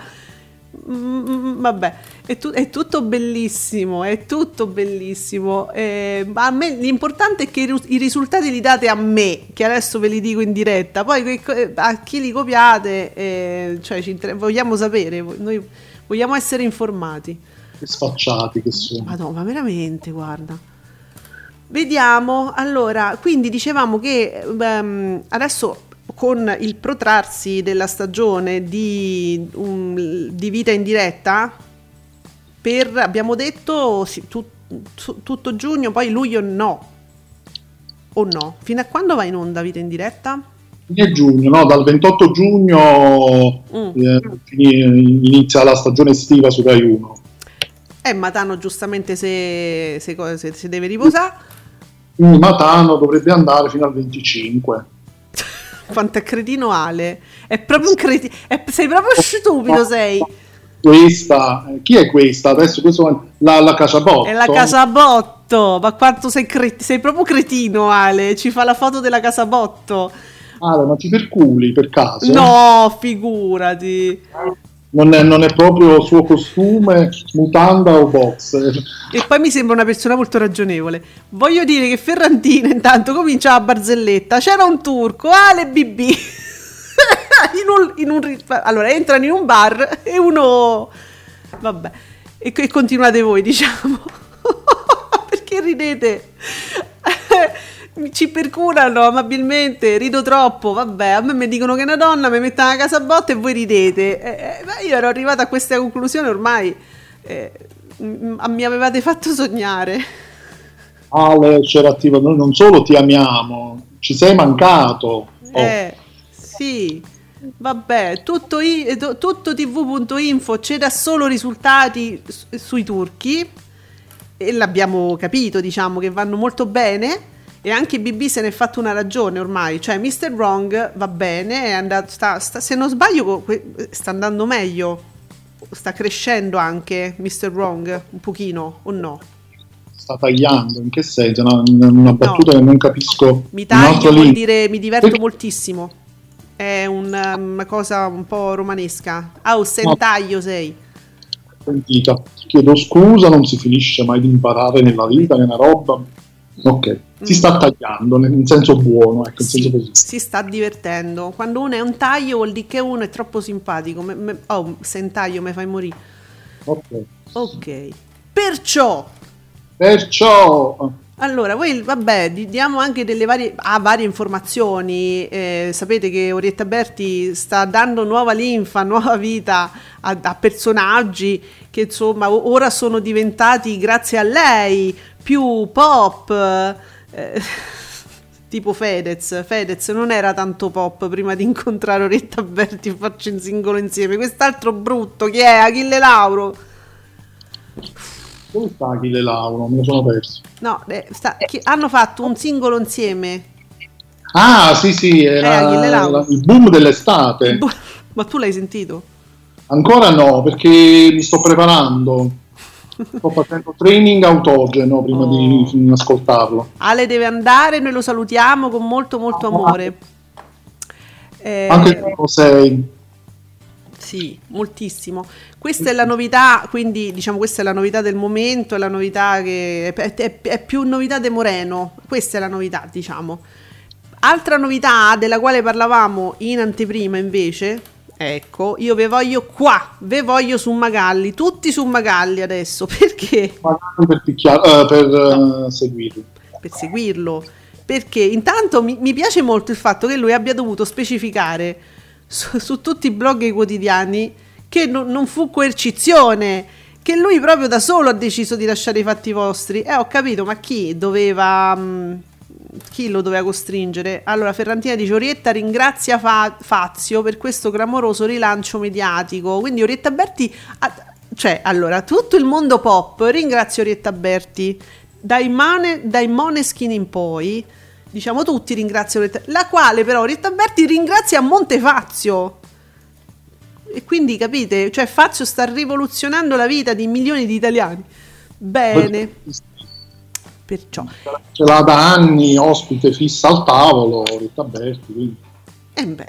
Mm, vabbè, è, tu, è tutto bellissimo, è tutto bellissimo. Eh, ma a me l'importante è che i, ru- i risultati li date a me, che adesso ve li dico in diretta. Poi que- a chi li copiate, eh, cioè ci inter- vogliamo sapere, noi vogliamo essere informati. Che sfacciati che sono. Madonna, ma veramente, guarda. Vediamo, allora, quindi dicevamo che um, adesso con il protrarsi della stagione di, um, di vita in diretta, per, abbiamo detto, sì, tu, tu, tutto giugno, poi luglio no, o no? Fino a quando va in onda vita in diretta? Fine giugno, no? Dal ventotto giugno Mm. eh, inizia la stagione estiva su Rai uno. Eh, Matano giustamente se, se, se, se deve riposare. Quindi Matano dovrebbe andare fino al venticinque. Quanto è cretino Ale, è proprio un cretino, è, sei proprio stupido, sei. Questa, eh, chi è questa? Adesso questo è la, la Casabotto. È la Casabotto, ma quanto sei, cre- sei proprio cretino Ale, ci fa la foto della Casabotto. Ah, ma ti perculi per caso? No, figurati. Non è, non è proprio suo costume, mutanda o boxer. E poi mi sembra una persona molto ragionevole. Voglio dire che Ferrantina intanto comincia la barzelletta. C'era un turco, Ale B B. in un, in un, allora entrano in un bar e uno... Vabbè. E, e continuate voi, diciamo. Perché ridete? Ci perculano amabilmente, rido troppo, vabbè, a me mi dicono che è una donna, mi mettono a Casabotto e voi ridete. Eh, eh, io ero arrivata a questa conclusione ormai, eh, m- mi avevate fatto sognare. Ale c'era attivo, noi non solo ti amiamo, ci sei mancato. Oh. Eh, sì, vabbè, tutto, i- to- tutto tv punto info c'è da solo risultati su- sui turchi e l'abbiamo capito, diciamo che vanno molto bene. E anche B B se ne è fatto una ragione ormai, cioè mister Wrong va bene, è andato, sta, sta, se non sbaglio sta andando meglio, sta crescendo anche mister Wrong un pochino, o no? Sta tagliando, in che senso? Una, una battuta No. che non capisco. Mi Un altro taglio vuol link. dire mi diverto Eh. moltissimo, è un, una cosa un po' romanesca. Ah, oh, sentaglio sei. Sentita, chiedo scusa, non si finisce mai di imparare nella vita, nella roba. Ok, si Mm. sta tagliando nel- in senso buono, ecco, in Sì, senso positivo. si sta divertendo. Quando uno è un taglio vuol dire che uno è troppo simpatico. Me- me- oh, sentaglio mi fai morire. Ok. Ok, perciò Perciò allora, voi vabbè, di- diamo anche delle varie, ah, varie informazioni. Eh, sapete che Orietta Berti sta dando nuova linfa, nuova vita a, a personaggi che insomma o- ora sono diventati, grazie a lei, più pop. eh, tipo Fedez. Fedez non era tanto pop prima di incontrare Orietta Berti e farci un singolo insieme. Quest'altro brutto, chi è? Achille Lauro. dove sta Achille Lauro? Me lo sono perso. No, eh, sta- chi- hanno fatto un singolo insieme. Ah, sì, sì, Eh, era Achille Lauro. la- il boom dell'estate. Boh, ma tu l'hai sentito? Ancora no, perché mi sto preparando. Sto facendo training autogeno prima Oh. di ascoltarlo. Ale deve andare, noi lo salutiamo con molto molto amore. Eh, Anche se lo sei. Sì, moltissimo. Questa è la novità, quindi diciamo questa è la novità del momento, è la novità che è, è- è più novità de Moreno, questa è la novità, diciamo. Altra novità della quale parlavamo in anteprima invece, ecco, io ve voglio qua, ve voglio su Magalli, tutti su Magalli adesso, perché? Magari per, picchiare, eh, per eh, seguirlo. Per seguirlo, perché intanto mi, mi piace molto il fatto che lui abbia dovuto specificare su, su tutti i blog e i quotidiani che non, non fu coercizione, che lui proprio da solo ha deciso di lasciare i fatti vostri. Eh, ho capito, ma chi doveva mh, chi lo doveva costringere? Allora Ferrantina dice: Orietta ringrazia Fa- Fazio per questo clamoroso rilancio mediatico. Quindi Orietta Berti ha- cioè allora tutto il mondo pop ringrazia Orietta Berti. dai, Mane, dai Måneskin in poi, diciamo tutti ringraziano Orietta, la quale però Orietta Berti ringrazia Montefazio. E quindi capite, cioè Fazio sta rivoluzionando la vita di milioni di italiani. Bene. Perciò ce l'ha da anni ospite fissa al tavolo Orietta Berti, quindi. Eh beh,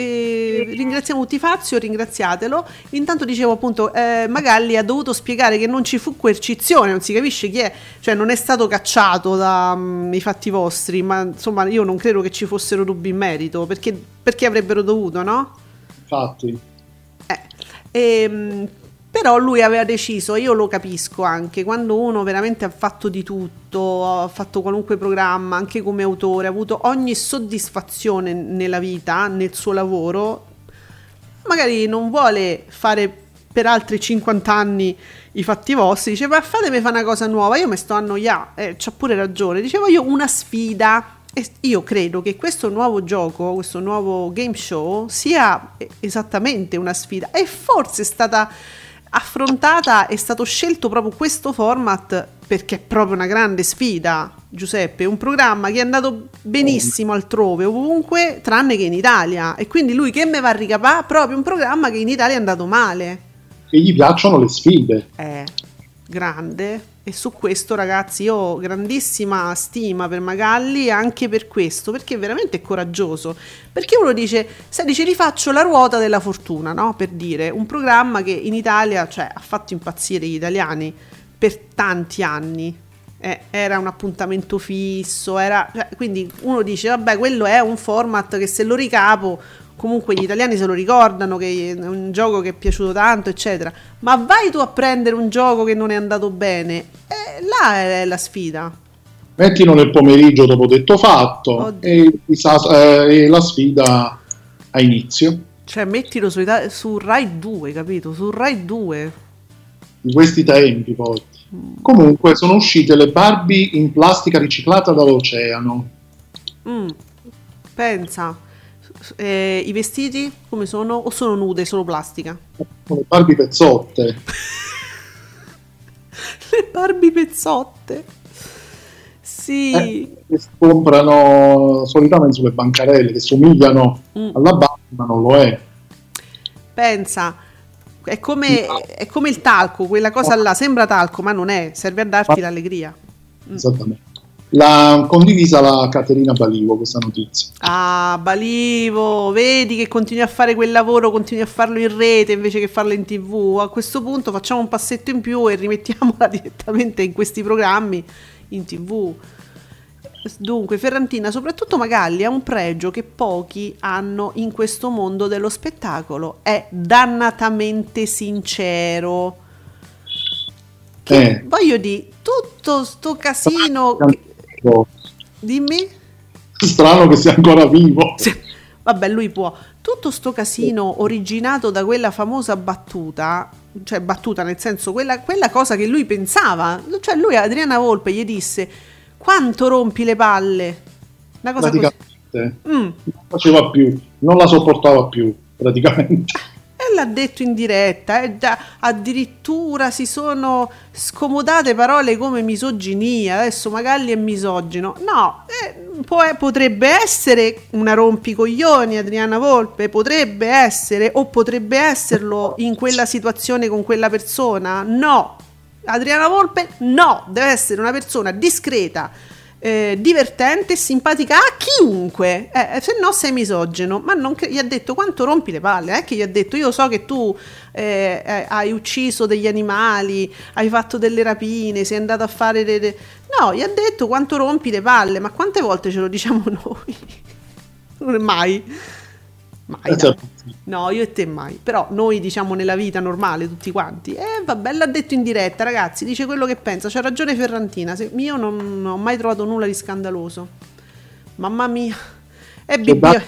eh, ringraziamo tutti Fazio, ringraziatelo. Intanto dicevo appunto, eh, Magalli ha dovuto spiegare che non ci fu coercizione, non si capisce chi è, cioè non è stato cacciato dai fatti vostri, ma insomma io non credo che ci fossero dubbi in merito, perché, perché avrebbero dovuto, no? Infatti. Eh, ehm, però lui aveva deciso, io lo capisco anche, quando uno veramente ha fatto di tutto, ha fatto qualunque programma, anche come autore, ha avuto ogni soddisfazione nella vita, nel suo lavoro, magari non vuole fare per altri cinquanta anni i fatti vostri, dice ma fatemi fare una cosa nuova, io mi sto annoiando, eh, c'ha pure ragione, dicevo io una sfida. E io credo che questo nuovo gioco, questo nuovo game show sia esattamente una sfida, e forse è stata affrontata, è stato scelto proprio questo format perché è proprio una grande sfida, Giuseppe, un programma che è andato benissimo altrove, ovunque, tranne che in Italia, e quindi lui che me va a ricapare proprio un programma che in Italia è andato male. Che gli piacciono le sfide. Eh, grande. E su questo, ragazzi, io ho grandissima stima per Magalli anche per questo, perché veramente è coraggioso. Perché uno dice, sai, dice rifaccio la ruota della fortuna, no? Per dire, un programma che in Italia, cioè, ha fatto impazzire gli italiani per tanti anni. Eh, era un appuntamento fisso, era, cioè, quindi uno dice, vabbè, quello è un format che se lo ricapo comunque gli italiani se lo ricordano, che è un gioco che è piaciuto tanto, eccetera. Ma vai tu a prendere un gioco che non è andato bene, eh, là è la sfida. Mettilo nel pomeriggio dopo detto fatto e, eh, e la sfida a inizio. Cioè mettilo su, su Rai due, capito? Su Rai due. In questi tempi poi. Mm. Comunque sono uscite le Barbie in plastica riciclata dall'oceano. Mm. Pensa. Eh, i vestiti come sono? O sono nude, solo plastica? Le Barbie pezzotte. Le Barbie pezzotte. Sì. Eh, che si comprano solitamente sulle bancarelle, che somigliano mm. alla Barbie, ma non lo è. Pensa, è come, è come il talco, quella cosa là, sembra talco, ma non è, serve a darti l'allegria. Esattamente. L'ha condivisa la Caterina Balivo questa notizia. Ah, Balivo, vedi che continui a fare quel lavoro, continui a farlo in rete invece che farlo in tv. A questo punto facciamo un passetto in più e rimettiamola direttamente in questi programmi in tv. Dunque, Ferrantina, soprattutto Magalli, ha un pregio che pochi hanno in questo mondo dello spettacolo: è dannatamente sincero. Che, eh. voglio dire, tutto sto casino che... Dimmi? Strano che sia ancora vivo. Vabbè, lui può. Tutto sto casino originato da quella famosa battuta, cioè battuta nel senso quella, quella cosa che lui pensava, cioè lui a Adriana Volpe gli disse: quanto rompi le palle? Una cosa così. Mm. Non faceva più, non la sopportava più praticamente. E l'ha detto in diretta, eh, da, addirittura si sono scomodate parole come misoginia. Adesso Magalli è misogino. No, eh, può, potrebbe essere una rompicoglioni Adriana Volpe, potrebbe essere, o potrebbe esserlo in quella situazione con quella persona. No, Adriana Volpe no, deve essere una persona discreta, eh, divertente e simpatica a chiunque, eh, se no sei misogino. Ma non cre- gli ha detto quanto rompi le palle, eh, che gli ha detto io so che tu eh, eh, hai ucciso degli animali, hai fatto delle rapine, sei andato a fare delle... no, gli ha detto quanto rompi le palle. Ma quante volte ce lo diciamo noi? Mai mai dai. No, io e te mai, però noi diciamo nella vita normale tutti quanti. E eh, vabbè, l'ha detto in diretta, ragazzi, dice quello che pensa, c'ha ragione Ferrantina. Se, io non, non ho mai trovato nulla di scandaloso, mamma mia. E Bibbia.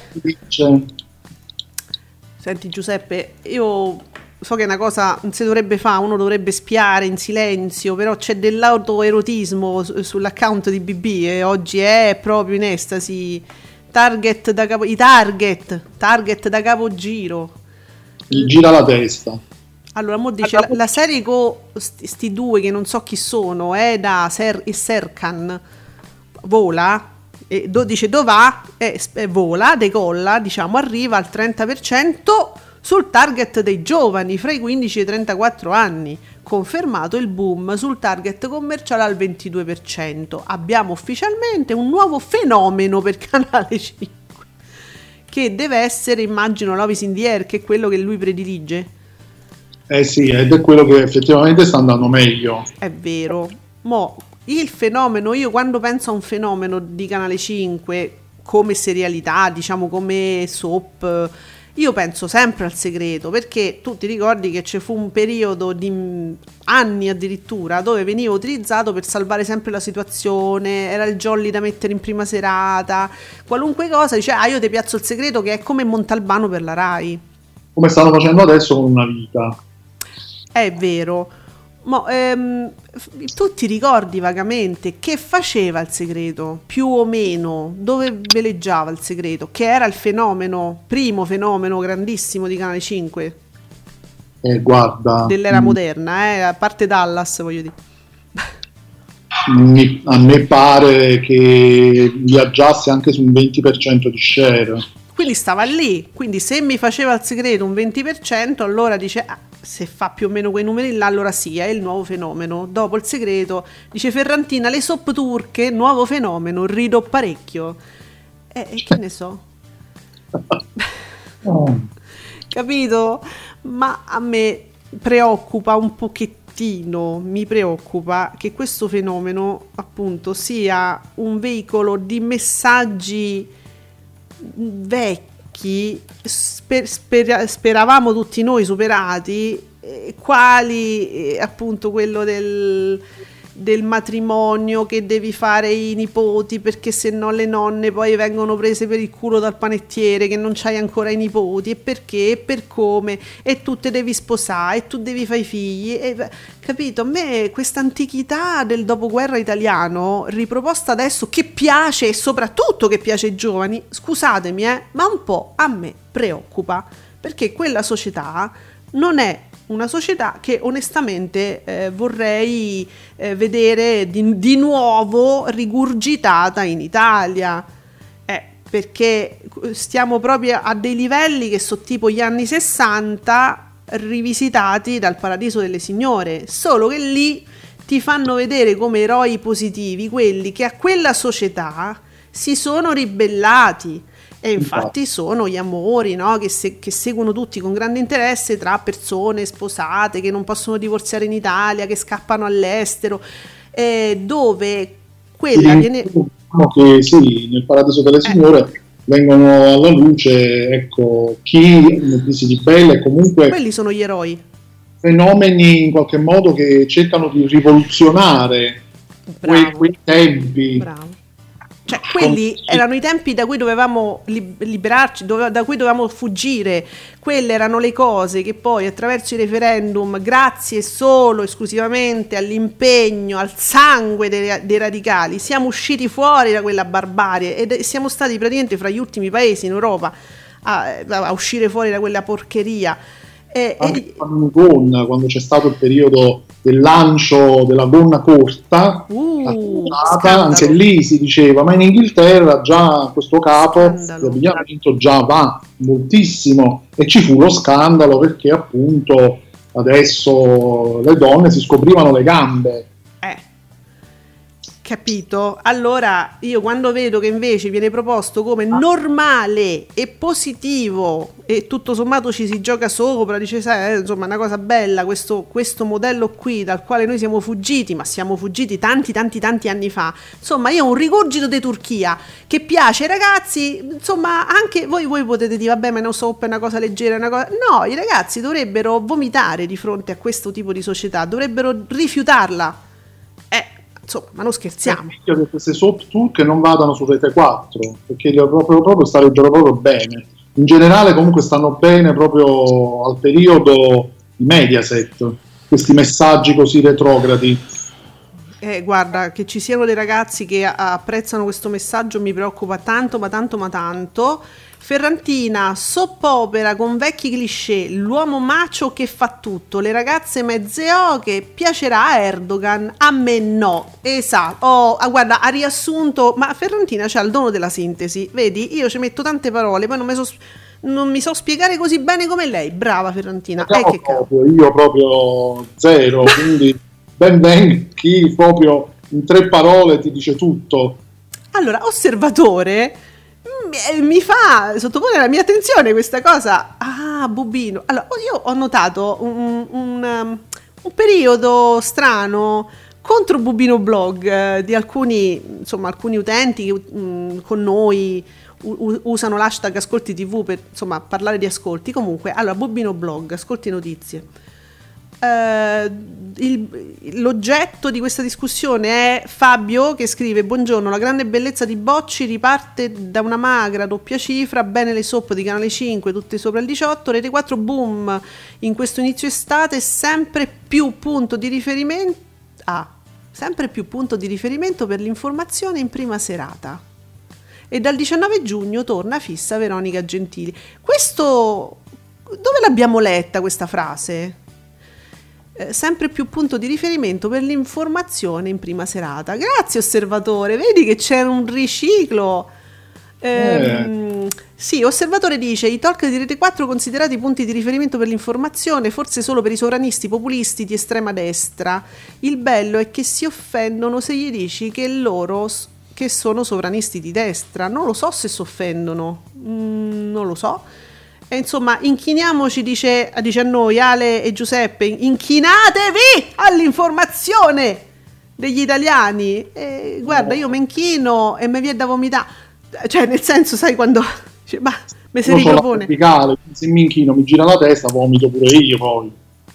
Senti Giuseppe, io so che è una cosa non si dovrebbe fare, uno dovrebbe spiare in silenzio, però c'è dell'autoerotismo sull'account di B B e oggi è proprio in estasi. Target da capo, i target, target da capogiro. Gli gira la testa. Allora, mo dice la, la serie con sti, sti due che non so chi sono, Eda Ser, e Serkan, vola, e do, dice dove va? E, e vola, decolla, diciamo, arriva al trenta per cento sul target dei giovani fra i quindici e i trentaquattro anni. Confermato il boom sul target commerciale al ventidue per cento. Abbiamo ufficialmente un nuovo fenomeno per Canale cinque, che deve essere, immagino, Love is in the Air, che è quello che lui predilige. Eh sì, ed è quello che effettivamente sta andando meglio. È vero. Mo, il fenomeno, io quando penso a un fenomeno di Canale cinque come serialità, diciamo come soap, io penso sempre al Segreto, perché tu ti ricordi che ci fu un periodo di anni addirittura dove veniva utilizzato per salvare sempre la situazione, era il jolly da mettere in prima serata, qualunque cosa, dice ah io ti piazzo il Segreto, che è come Montalbano per la Rai. Come stanno facendo adesso con Una Vita. È vero. Ma ehm, tu ti ricordi vagamente che faceva il Segreto, più o meno, dove veleggiava il Segreto, che era il fenomeno, primo fenomeno grandissimo di Canale cinque? Eh, guarda, dell'era mh, moderna, eh, a parte Dallas, voglio dire. mi- a me pare che viaggiasse anche su un venti per cento di share. Quindi stava lì, quindi se mi faceva il Segreto un venti per cento, allora dice ah, se fa più o meno quei numeri là, allora sì, è il nuovo fenomeno. Dopo il Segreto, dice Ferrantina, le soap turche, nuovo fenomeno, rido parecchio. Eh, e che ne so? Oh. Capito? Ma a me preoccupa un pochettino, mi preoccupa che questo fenomeno appunto sia un veicolo di messaggi vecchi, sper, sper, speravamo tutti noi superati, eh, quali eh, appunto quello del, del matrimonio, che devi fare i nipoti perché se no le nonne poi vengono prese per il culo dal panettiere, che non c'hai ancora i nipoti, e perché, e per come, e tu te devi sposare, e tu devi fare i figli, e, capito? A me questa antichità del dopoguerra italiano riproposta adesso, che piace, e soprattutto che piace ai giovani, scusatemi eh, ma un po' a me preoccupa, perché quella società non è una società che onestamente eh, vorrei eh, vedere di, di nuovo rigurgitata in Italia, eh, perché stiamo proprio a dei livelli che sono tipo gli anni sessanta rivisitati dal Paradiso delle Signore, solo che lì ti fanno vedere come eroi positivi quelli che a quella società si sono ribellati. E infatti sono gli amori, no? che, se, che seguono tutti con grande interesse tra persone sposate che non possono divorziare in Italia, che scappano all'estero, eh, dove quella Sì, viene... diciamo che sì, nel Paradiso delle Signore eh. vengono alla luce, ecco, chi si ribella e comunque quelli sono gli eroi. fenomeni in qualche modo che cercano di rivoluzionare quei, Bravo. quei tempi. Bravo. Cioè, quelli erano i tempi da cui dovevamo lib- liberarci, dove- da cui dovevamo fuggire. Quelle erano le cose che poi attraverso i referendum, grazie solo esclusivamente all'impegno, al sangue dei, dei radicali, siamo usciti fuori da quella barbarie ed siamo stati praticamente fra gli ultimi paesi in Europa a, a uscire fuori da quella porcheria. E, Anche e, in gonna, quando c'è stato il periodo del lancio della gonna corta, uh, la puntata, scandalo. anche lì si diceva ma in Inghilterra già questo capo Scandalo. l'abbigliamento già va moltissimo, e ci fu lo scandalo perché appunto adesso le donne si scoprivano le gambe. Eh, capito? Allora io quando vedo che invece viene proposto come normale e positivo e tutto sommato ci si gioca sopra, dice sai, eh, insomma una cosa bella questo, questo modello qui dal quale noi siamo fuggiti, ma siamo fuggiti tanti tanti tanti anni fa, insomma io ho un rigurgito di Turchia che piace ai ragazzi, insomma anche voi, voi potete dire vabbè ma è una soap, è una cosa leggera, è una cosa... no, i ragazzi dovrebbero vomitare di fronte a questo tipo di società, dovrebbero rifiutarla. Eh, insomma, ma non scherziamo. È meglio che queste soap turche non vadano su Rete quattro, perché proprio, proprio starebbero proprio bene. In generale comunque stanno bene proprio al periodo di Mediaset, questi messaggi così retrogradi. Eh, guarda, che ci siano dei ragazzi che a- apprezzano questo messaggio mi preoccupa tanto, ma tanto, ma tanto. Ferrantina, soap opera con vecchi cliché, l'uomo macio che fa tutto, le ragazze mezze oche, piacerà a Erdogan, a me no. Esatto. Oh, ah, guarda, ha riassunto, ma Ferrantina c'ha il dono della sintesi. Vedi, io ci metto tante parole, poi non mi so non mi so spiegare così bene come lei. Brava Ferrantina. Eh, che proprio, io proprio zero, quindi ben venga chi proprio in tre parole ti dice tutto. Allora, osservatore mi, mi fa sottopone la mia attenzione questa cosa. Ah, Bubino. Allora, io ho notato un, un, um, un periodo strano contro Bubino Blog eh, di alcuni, insomma, alcuni utenti che mh, con noi u- usano l'hashtag Ascolti tivù per, insomma, parlare di ascolti. Comunque, allora, Bubino Blog, ascolti notizie. Uh, il, l'oggetto di questa discussione è Fabio che scrive: buongiorno, la grande bellezza di Bocci riparte da una magra doppia cifra, bene le soap di Canale cinque, tutte sopra il diciotto, Rete quattro boom in questo inizio estate, sempre più punto di riferimento ah, sempre più punto di riferimento per l'informazione in prima serata, e dal diciannove giugno torna fissa Veronica Gentili. Questo, dove l'abbiamo letta questa frase? Sempre più punto di riferimento per l'informazione in prima serata. Grazie osservatore, vedi che c'è un riciclo. Ehm, eh. Sì, osservatore dice: i talk di Rete quattro considerati punti di riferimento per l'informazione forse solo per i sovranisti populisti di estrema destra. Il bello è che si offendono se gli dici che loro che sono sovranisti di destra. Non lo so se si offendono, mm, non lo so. E insomma, inchiniamoci, dice, dice a noi Ale e Giuseppe, inchinatevi all'informazione degli italiani. E guarda, io mi inchino e mi viene da vomitare. Cioè, nel senso, sai, quando cioè, bah, mi si ripropone. Se mi inchino, mi gira la testa, vomito pure io poi.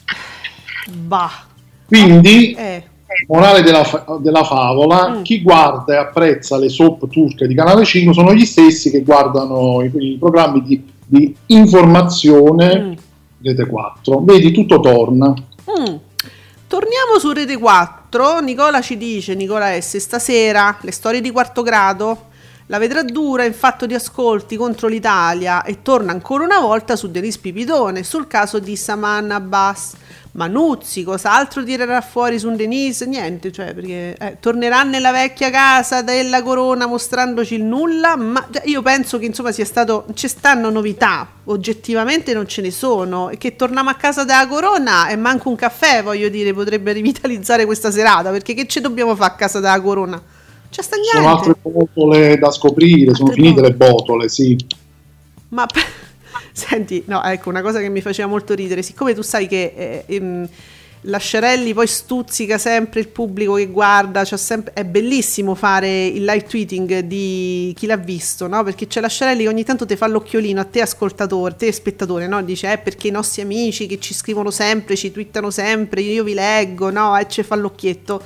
Bah. Quindi, eh. morale della, della favola, mm. chi guarda e apprezza le soap turche di Canale cinque sono gli stessi che guardano i, i programmi di di informazione mm. Rete quattro. Vedi, tutto torna. Mm. Torniamo su Rete quattro. Nicola ci dice, Nicola S, stasera le storie di quarto grado la vedrà dura in fatto di ascolti contro l'Italia, e torna ancora una volta su Denis Pipitone, sul caso di Saman Abbas. Manuzzi, cos'altro tirerà fuori su Denis? Niente, cioè, perché eh, tornerà nella vecchia casa della Corona mostrandoci il nulla, ma cioè, io penso che insomma sia stato, ci stanno novità, oggettivamente non ce ne sono, e che torniamo a casa della Corona e manco un caffè, voglio dire, potrebbe rivitalizzare questa serata, perché che ci dobbiamo fare a casa della Corona? C'è sta niente. Sono altre botole da scoprire, altre sono finite botole. Le botole, sì. Ma senti, no, ecco, una cosa che mi faceva molto ridere, siccome tu sai che eh, ehm, Lasciarelli poi stuzzica sempre il pubblico che guarda, c'è sempre, è bellissimo fare il live tweeting di chi l'ha visto, no? Perché c'è Lasciarelli che ogni tanto ti fa l'occhiolino a te ascoltatore, a te spettatore, no? Dice, eh, perché i nostri amici che ci scrivono sempre, ci twittano sempre, io vi leggo, no? E ci fa l'occhietto.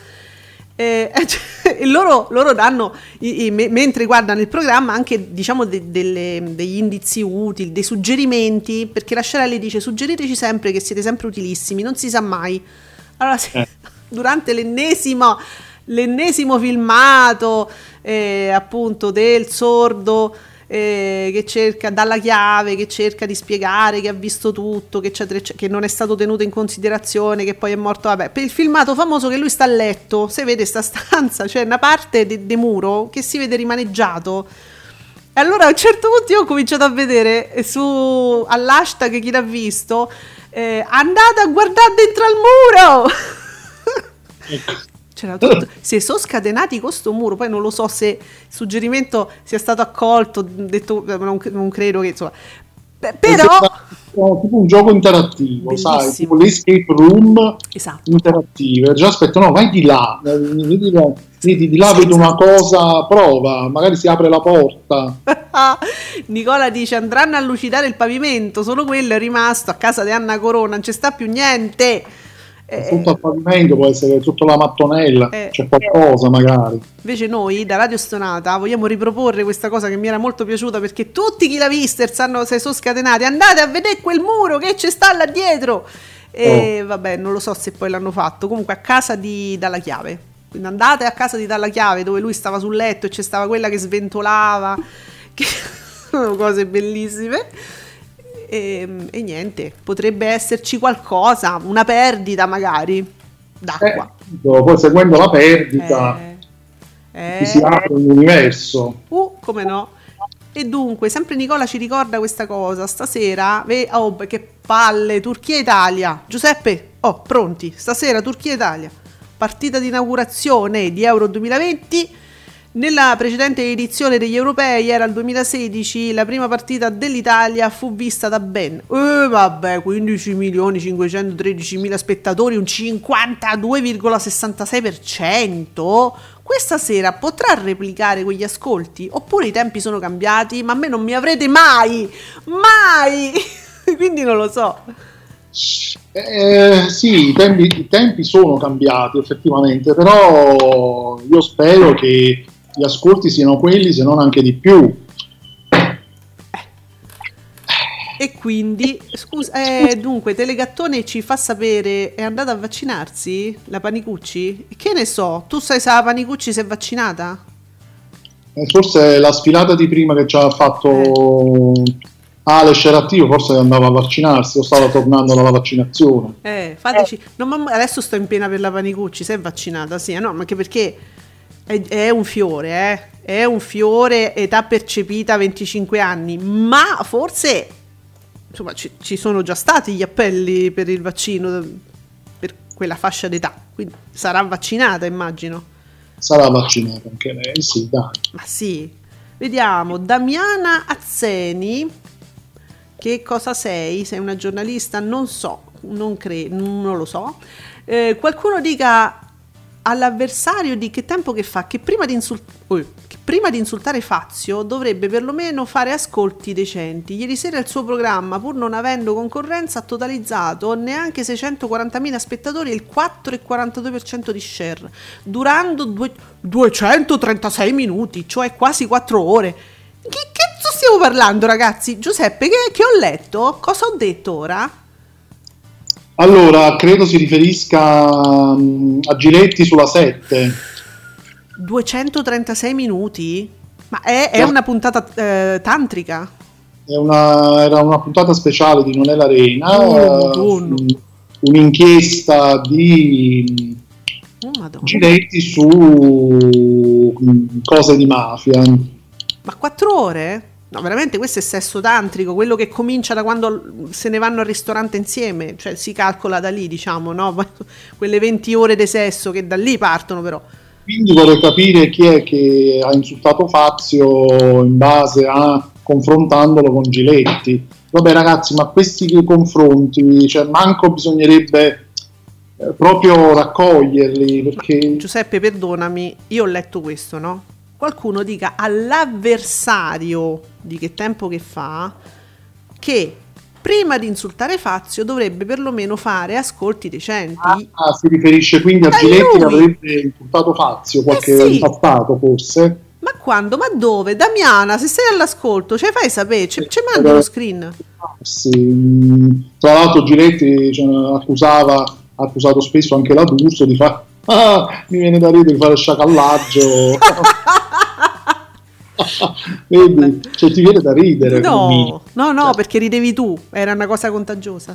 E eh, loro, loro danno i, i, mentre guardano il programma anche, diciamo, de, delle, degli indizi utili, dei suggerimenti, perché Lasciarelli dice: suggeriteci sempre che siete sempre utilissimi, non si sa mai. Allora se, eh. durante l'ennesimo l'ennesimo filmato eh, appunto del sordo eh, che cerca dalla chiave, che cerca di spiegare che ha visto tutto, che, c'è, che non è stato tenuto in considerazione, che poi è morto, vabbè, per il filmato famoso che lui sta a letto, si vede sta stanza, cioè una parte di de muro che si vede rimaneggiato, e allora a un certo punto io ho cominciato a vedere su all'hashtag chi l'ha visto eh, andate a guardare dentro al muro. Ecco. C'era tutto, si sono scatenati con sto muro, poi non lo so se il suggerimento sia stato accolto, detto, non, non credo che insomma, beh, però tipo un gioco interattivo, bellissimo. Sai, tipo l'escape room, esatto. interattive, già aspetta, no, vai di là, vedi, vedi di là, sì, vedo una cosa, prova, magari si apre la porta. Nicola dice: andranno a lucidare il pavimento, solo quello è rimasto a casa di Anna Corona, non ci sta più niente. Tutto al pavimento, può essere tutto la mattonella, eh, c'è qualcosa magari. Invece noi da Radio Stonata vogliamo riproporre questa cosa che mi era molto piaciuta, perché tutti chi l'ha vista sanno, se sono scatenati, andate a vedere quel muro che ci sta là dietro, e oh. vabbè, non lo so se poi l'hanno fatto, comunque a casa di Dalla Chiave, quindi andate a casa di Dalla Chiave, dove lui stava sul letto e c'è stava quella che sventolava che... cose bellissime. E, e niente, potrebbe esserci qualcosa, una perdita magari d'acqua. Eh, poi seguendo la perdita Eh, ti eh, si apre un universo. uh, come no? E dunque, sempre Nicola ci ricorda questa cosa. Stasera, ve- oh, che palle, Turchia-Italia. Giuseppe, oh, pronti? Stasera Turchia-Italia. Partita di inaugurazione di Euro duemilaventi. Nella precedente edizione degli europei era il duemilasedici, la prima partita dell'Italia fu vista da ben eh, vabbè, quindici milioni cinquecentotredicimila spettatori, un cinquantadue virgola sessantasei per cento. Questa sera potrà replicare quegli ascolti? Oppure i tempi sono cambiati? Ma a me non mi avrete mai, mai! Quindi non lo so. Eh, sì, i tempi, i tempi sono cambiati effettivamente, però io spero che gli ascolti siano quelli, se non anche di più. E quindi, scusa, eh, dunque, Telegattone ci fa sapere, è andata a vaccinarsi la Panicucci? Che ne so, tu sai se la Panicucci si è vaccinata? Eh, forse la sfilata di prima che ci ha fatto Eh. Ales era attivo, forse andava a vaccinarsi o stava tornando dalla vaccinazione. Eh, fateci, no, ma adesso sto in pena per la Panicucci, si è vaccinata, sì, no, ma anche perché è, è un fiore, eh, è un fiore, età percepita venticinque anni, ma forse, insomma, ci, ci sono già stati gli appelli per il vaccino per quella fascia d'età, quindi sarà vaccinata, immagino. Sarà vaccinata anche lei, sì, dai. Ma sì, vediamo, Damiana Azzeni, che cosa sei? Sei una giornalista? Non so, non credo, non lo so. Eh, qualcuno dica all'avversario di che tempo che fa, che prima di, insult- oh, che prima di insultare Fazio dovrebbe perlomeno fare ascolti decenti. Ieri sera il suo programma, pur non avendo concorrenza, ha totalizzato neanche seicentoquarantamila spettatori e il quattro virgola quarantadue per cento di share, durando due- duecentotrentasei minuti, cioè quasi quattro ore. Che cazzo stiamo parlando, ragazzi? Giuseppe, che, che ho letto? Cosa ho detto ora? Allora, credo si riferisca um, a Giletti sulla sette. duecentotrentasei minuti? Ma è, è una puntata eh, tantrica? È una, era una puntata speciale di Non è l'Arena, Oh, uh, Madonna. un'inchiesta di Oh, Madonna. Giletti su um, cose di mafia. Ma quattro ore? No, veramente questo è sesso tantrico, quello che comincia da quando se ne vanno al ristorante insieme, cioè si calcola da lì, diciamo, no? Quelle venti ore di sesso che da lì partono, però. Quindi vorrei capire chi è che ha insultato Fazio in base a confrontandolo con Giletti. Vabbè ragazzi, ma questi confronti, cioè manco bisognerebbe eh, proprio raccoglierli, perché Giuseppe, perdonami, io ho letto questo, no? Qualcuno dica all'avversario di che tempo che fa che prima di insultare Fazio dovrebbe perlomeno fare ascolti decenti. ah, si riferisce quindi a Ma Giletti che lui? avrebbe insultato Fazio qualche Eh sì. in passato forse. Ma quando? Ma dove? Damiana, se sei all'ascolto, ce fai sapere, ci ci mandi uno screen. Sì, mh, tra l'altro Giletti cioè, accusava, ha accusato spesso anche la D'Urso di fare ah, mi viene da ridere di fare sciacallaggio. Vedi, cioè ti viene da ridere. No, no, no, Cioè. perché ridevi tu, era una cosa contagiosa.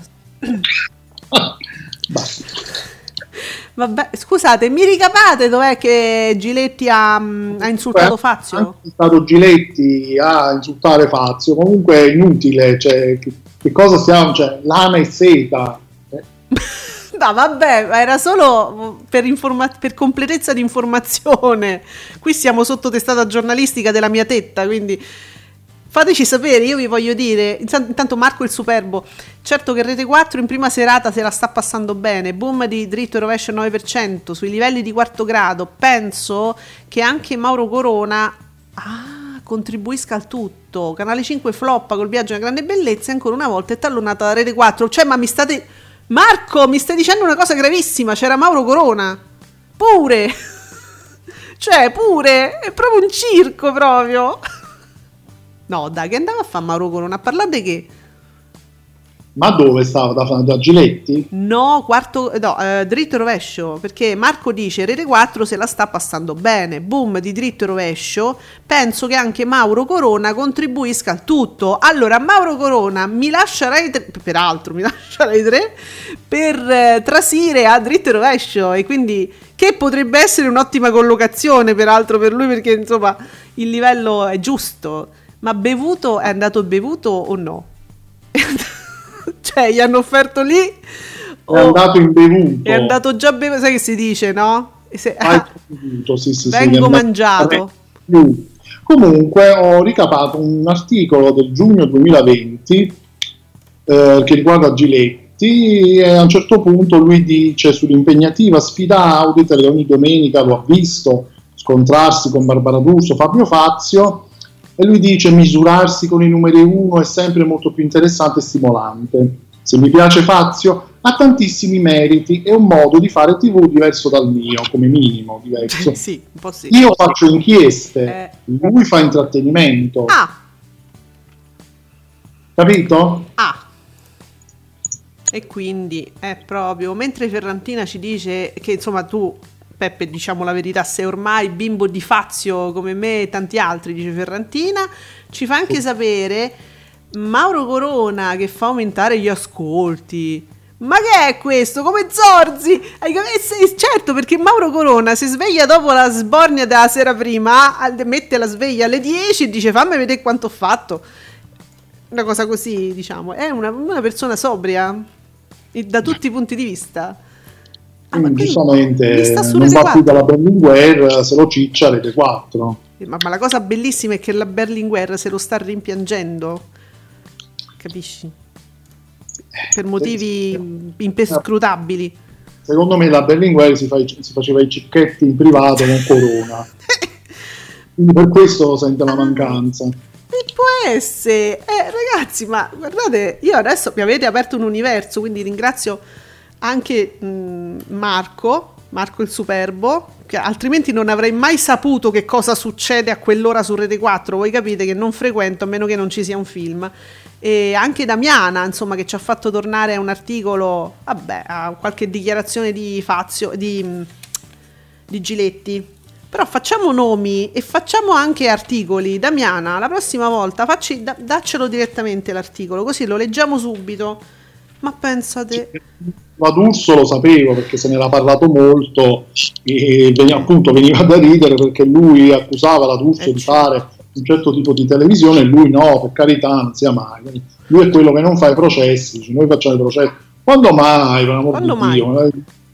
Basta. Vabbè, scusate, mi ricapate dov'è che Giletti ha, mm, ha insultato Beh, Fazio? anche se è stato Giletti a insultare Fazio, comunque è inutile, cioè, che, che cosa stiamo, cioè, lana e seta. Eh, No, vabbè, ma era solo per, informa- per completezza di informazione. Qui siamo sotto testata giornalistica della mia tetta, quindi fateci sapere, io vi voglio dire. Intan- Intanto Marco il Superbo, certo che Rete quattro in prima serata se la sta passando bene, boom di dritto e rovescio al nove per cento, sui livelli di quarto grado, penso che anche Mauro Corona ah, contribuisca al tutto. Canale cinque floppa col viaggio una grande bellezza e ancora una volta è tallonata da Rete quattro. Cioè, ma mi state... Marco, mi stai dicendo una cosa gravissima, c'era Mauro Corona, pure, cioè pure, è proprio un circo proprio. No dai, che andava a fare Mauro Corona, a parlare di che? Ma dove stava? Da, da Giletti? No, quarto, no, eh, dritto e rovescio, perché Marco dice Rete quattro se la sta passando bene, boom di dritto e rovescio, penso che anche Mauro Corona contribuisca al tutto. Allora Mauro Corona mi lascia Rai tre, peraltro mi lascia Rai tre per eh, trasire a dritto e rovescio, e quindi che potrebbe essere un'ottima collocazione peraltro per lui, perché insomma il livello è giusto. Ma bevuto, è andato bevuto o no? Cioè gli hanno offerto lì È andato in bevuto. È andato già bevuto, sai che si dice, no? Se, Ah, bevuto, sì, sì, vengo sì, mangiato. Comunque ho ricapato un articolo del giugno duemilaventi eh, che riguarda Giletti, e a un certo punto lui dice sull'impegnativa sfida Auditel che ogni domenica lo ha visto scontrarsi con Barbara D'Urso, Fabio Fazio, e lui dice misurarsi con i numeri uno è sempre molto più interessante e stimolante. Se mi piace Fazio ha tantissimi meriti, è un modo di fare tivù diverso dal mio, come minimo diverso. Sì, un po' sì. Io faccio inchieste, Eh. lui fa intrattenimento. Ah, Capito? ah. E quindi è proprio, mentre Ferrantina ci dice che insomma tu, Peppe, diciamo la verità, sei ormai bimbo di Fazio come me e tanti altri, dice Ferrantina, ci fa anche sapere Mauro Corona che fa aumentare gli ascolti. Ma che è questo? Come Zorzi? Hai cap- eh, sì, certo, perché Mauro Corona si sveglia dopo la sbornia della sera prima, al- mette la sveglia alle dieci e dice fammi vedere quanto ho fatto. Una cosa così, diciamo. È una, una persona sobria e da tutti i punti di vista. Ah, ma Quindi, quindi giustamente mi sta su non Rete va più quattro. dalla Berlinguer, se lo ciccia Rete quattro. Ma, ma la cosa bellissima è che la Berlinguer se lo sta rimpiangendo, capisci? Per motivi imperscrutabili. Secondo me la Berlinguer si, fa i- si faceva i cicchetti in privato con Corona, quindi per questo lo sente la mancanza. E può essere, eh, ragazzi, ma guardate, io adesso mi avete aperto un universo, quindi ringrazio anche mh, Marco, Marco il Superbo, che altrimenti non avrei mai saputo che cosa succede a quell'ora su Rete quattro. Voi capite che non frequento a meno che non ci sia un film. E anche Damiana, insomma, che ci ha fatto tornare a un articolo, vabbè, a qualche dichiarazione di Fazio, di, mh, di Giletti. Però facciamo nomi e facciamo anche articoli. Damiana, la prossima volta facci, da, daccelo direttamente l'articolo, così lo leggiamo subito. Ma pensate, La D'Urso lo sapevo perché se ne era parlato molto e veniva, appunto veniva da ridere perché lui accusava la D'Urso Eh, di certo. fare un certo tipo di televisione e lui no, per carità, non sia mai. Lui è quello che non fa i processi, dice, noi facciamo i processi. Quando mai, per amor Quando di mai? Dio?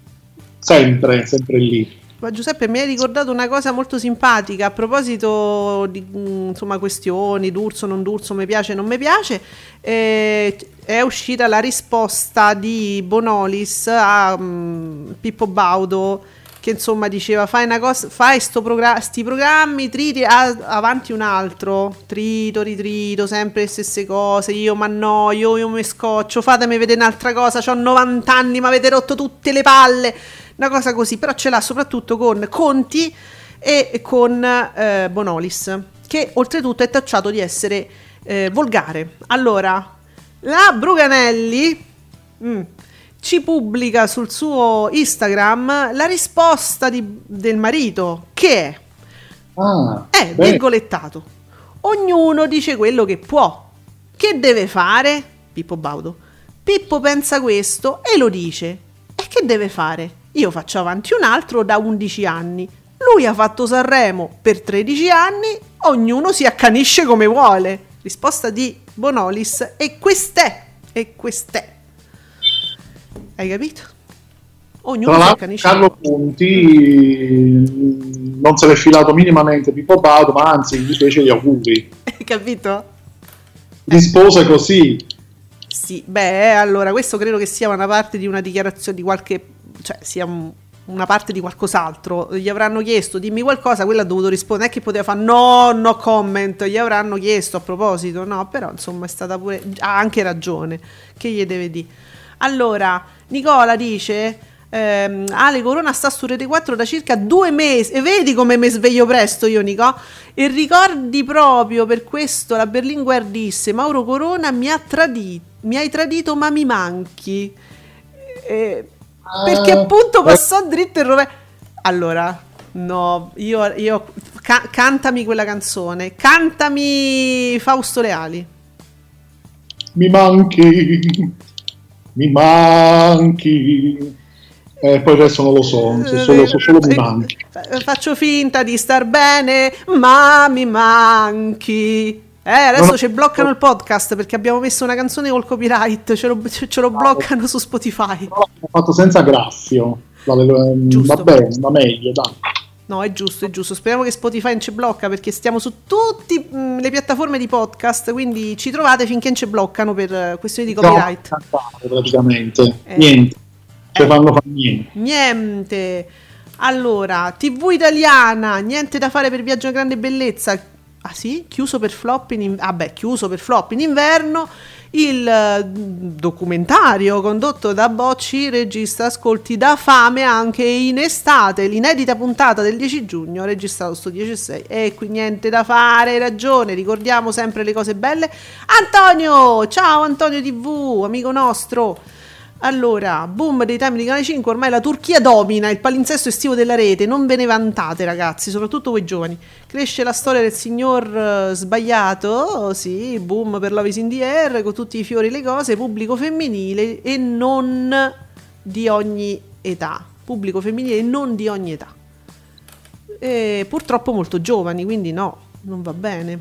Sempre, sempre lì. ma Giuseppe mi hai ricordato una cosa molto simpatica a proposito di mh, insomma questioni, D'Urso, non D'Urso, mi piace, non mi piace. Eh, è uscita la risposta di Bonolis a mh, Pippo Baudo, che insomma diceva fai una cosa, fai sto progra- sti programmi, triti a- avanti un altro, trito, ritrito, sempre le stesse cose, io mi annoio, io mi scoccio, fatemi vedere un'altra cosa, ho novanta anni, mi avete rotto tutte le palle, una cosa così, però ce l'ha soprattutto con Conti e con eh, Bonolis, che oltretutto è tacciato di essere eh, volgare. Allora, la Bruganelli mm, ci pubblica sul suo Instagram la risposta di- del marito, che è, Ah, è beh, virgolettato: ognuno dice quello che può. Che deve fare? Pippo Baudo. Pippo pensa questo e lo dice. E che deve fare? Io faccio avanti un altro da undici anni. Lui ha fatto Sanremo per tredici anni, ognuno si accanisce come vuole. Risposta di Bonolis, e quest'è, e quest'è. Hai capito? Ognuno tra si l'altro accanisce. Carlo Ponti mh, non se l'è filato minimamente Pippo Baudo, ma anzi gli fece gli auguri. Hai capito? Rispose così. Sì, beh, allora questo credo che sia una parte di una dichiarazione di qualche, cioè sia un- una parte di qualcos'altro. Gli avranno chiesto dimmi qualcosa, quella ha dovuto rispondere, non è che poteva fare no, no comment, gli avranno chiesto a proposito, no, però insomma è stata pure, ha anche ragione, che gli deve dire. Allora, Nicola dice Ehm, Ale Corona sta su Rete quattro da circa due mesi e vedi come mi sveglio presto io, Nico, e ricordi proprio per questo la Berlinguer disse: Mauro Corona mi ha tradito, mi hai tradito ma mi manchi, eh, perché appunto passò dritto il rovescio. Allora no, io, io ca- cantami quella canzone, cantami Fausto Leali. Mi manchi, mi manchi. Eh, poi il resto non lo so, so solo, so solo mi manchi. Faccio finta di star bene, ma mi manchi. Eh, adesso No, no. ci bloccano il podcast perché abbiamo messo una canzone col copyright, ce lo, ce lo bloccano su Spotify. No, l'ho fatto senza graffio. Va, Giusto. va bene, va meglio, dai. No, è giusto, è giusto. Speriamo che Spotify non ci blocca perché stiamo su tutte le piattaforme di podcast, quindi ci trovate finché non ci bloccano per eh, questioni di copyright. No, praticamente Eh. niente, ci Eh. fanno fare niente. Niente. Allora, tivù italiana, niente da fare per Viaggio a grande bellezza. Ah sì? Chiuso per flop in inverno. Ah beh, chiuso per flop in inverno. Il eh, documentario condotto da Bocci registra ascolti da fame anche in estate. L'inedita puntata del dieci giugno ha registrato sto dieci e sei. E qui niente da fare, hai ragione. Ricordiamo sempre le cose belle. Antonio! Ciao Antonio tivù, amico nostro. Allora, boom dei time di Canale cinque, ormai la Turchia domina il palinsesto estivo della rete, non ve ne vantate ragazzi, soprattutto voi giovani. Cresce la storia del signor eh, sbagliato, sì, boom per Love is in the air, con tutti i fiori e le cose, pubblico femminile e non di ogni età, pubblico femminile e non di ogni età. E purtroppo molto giovani, quindi no, non va bene.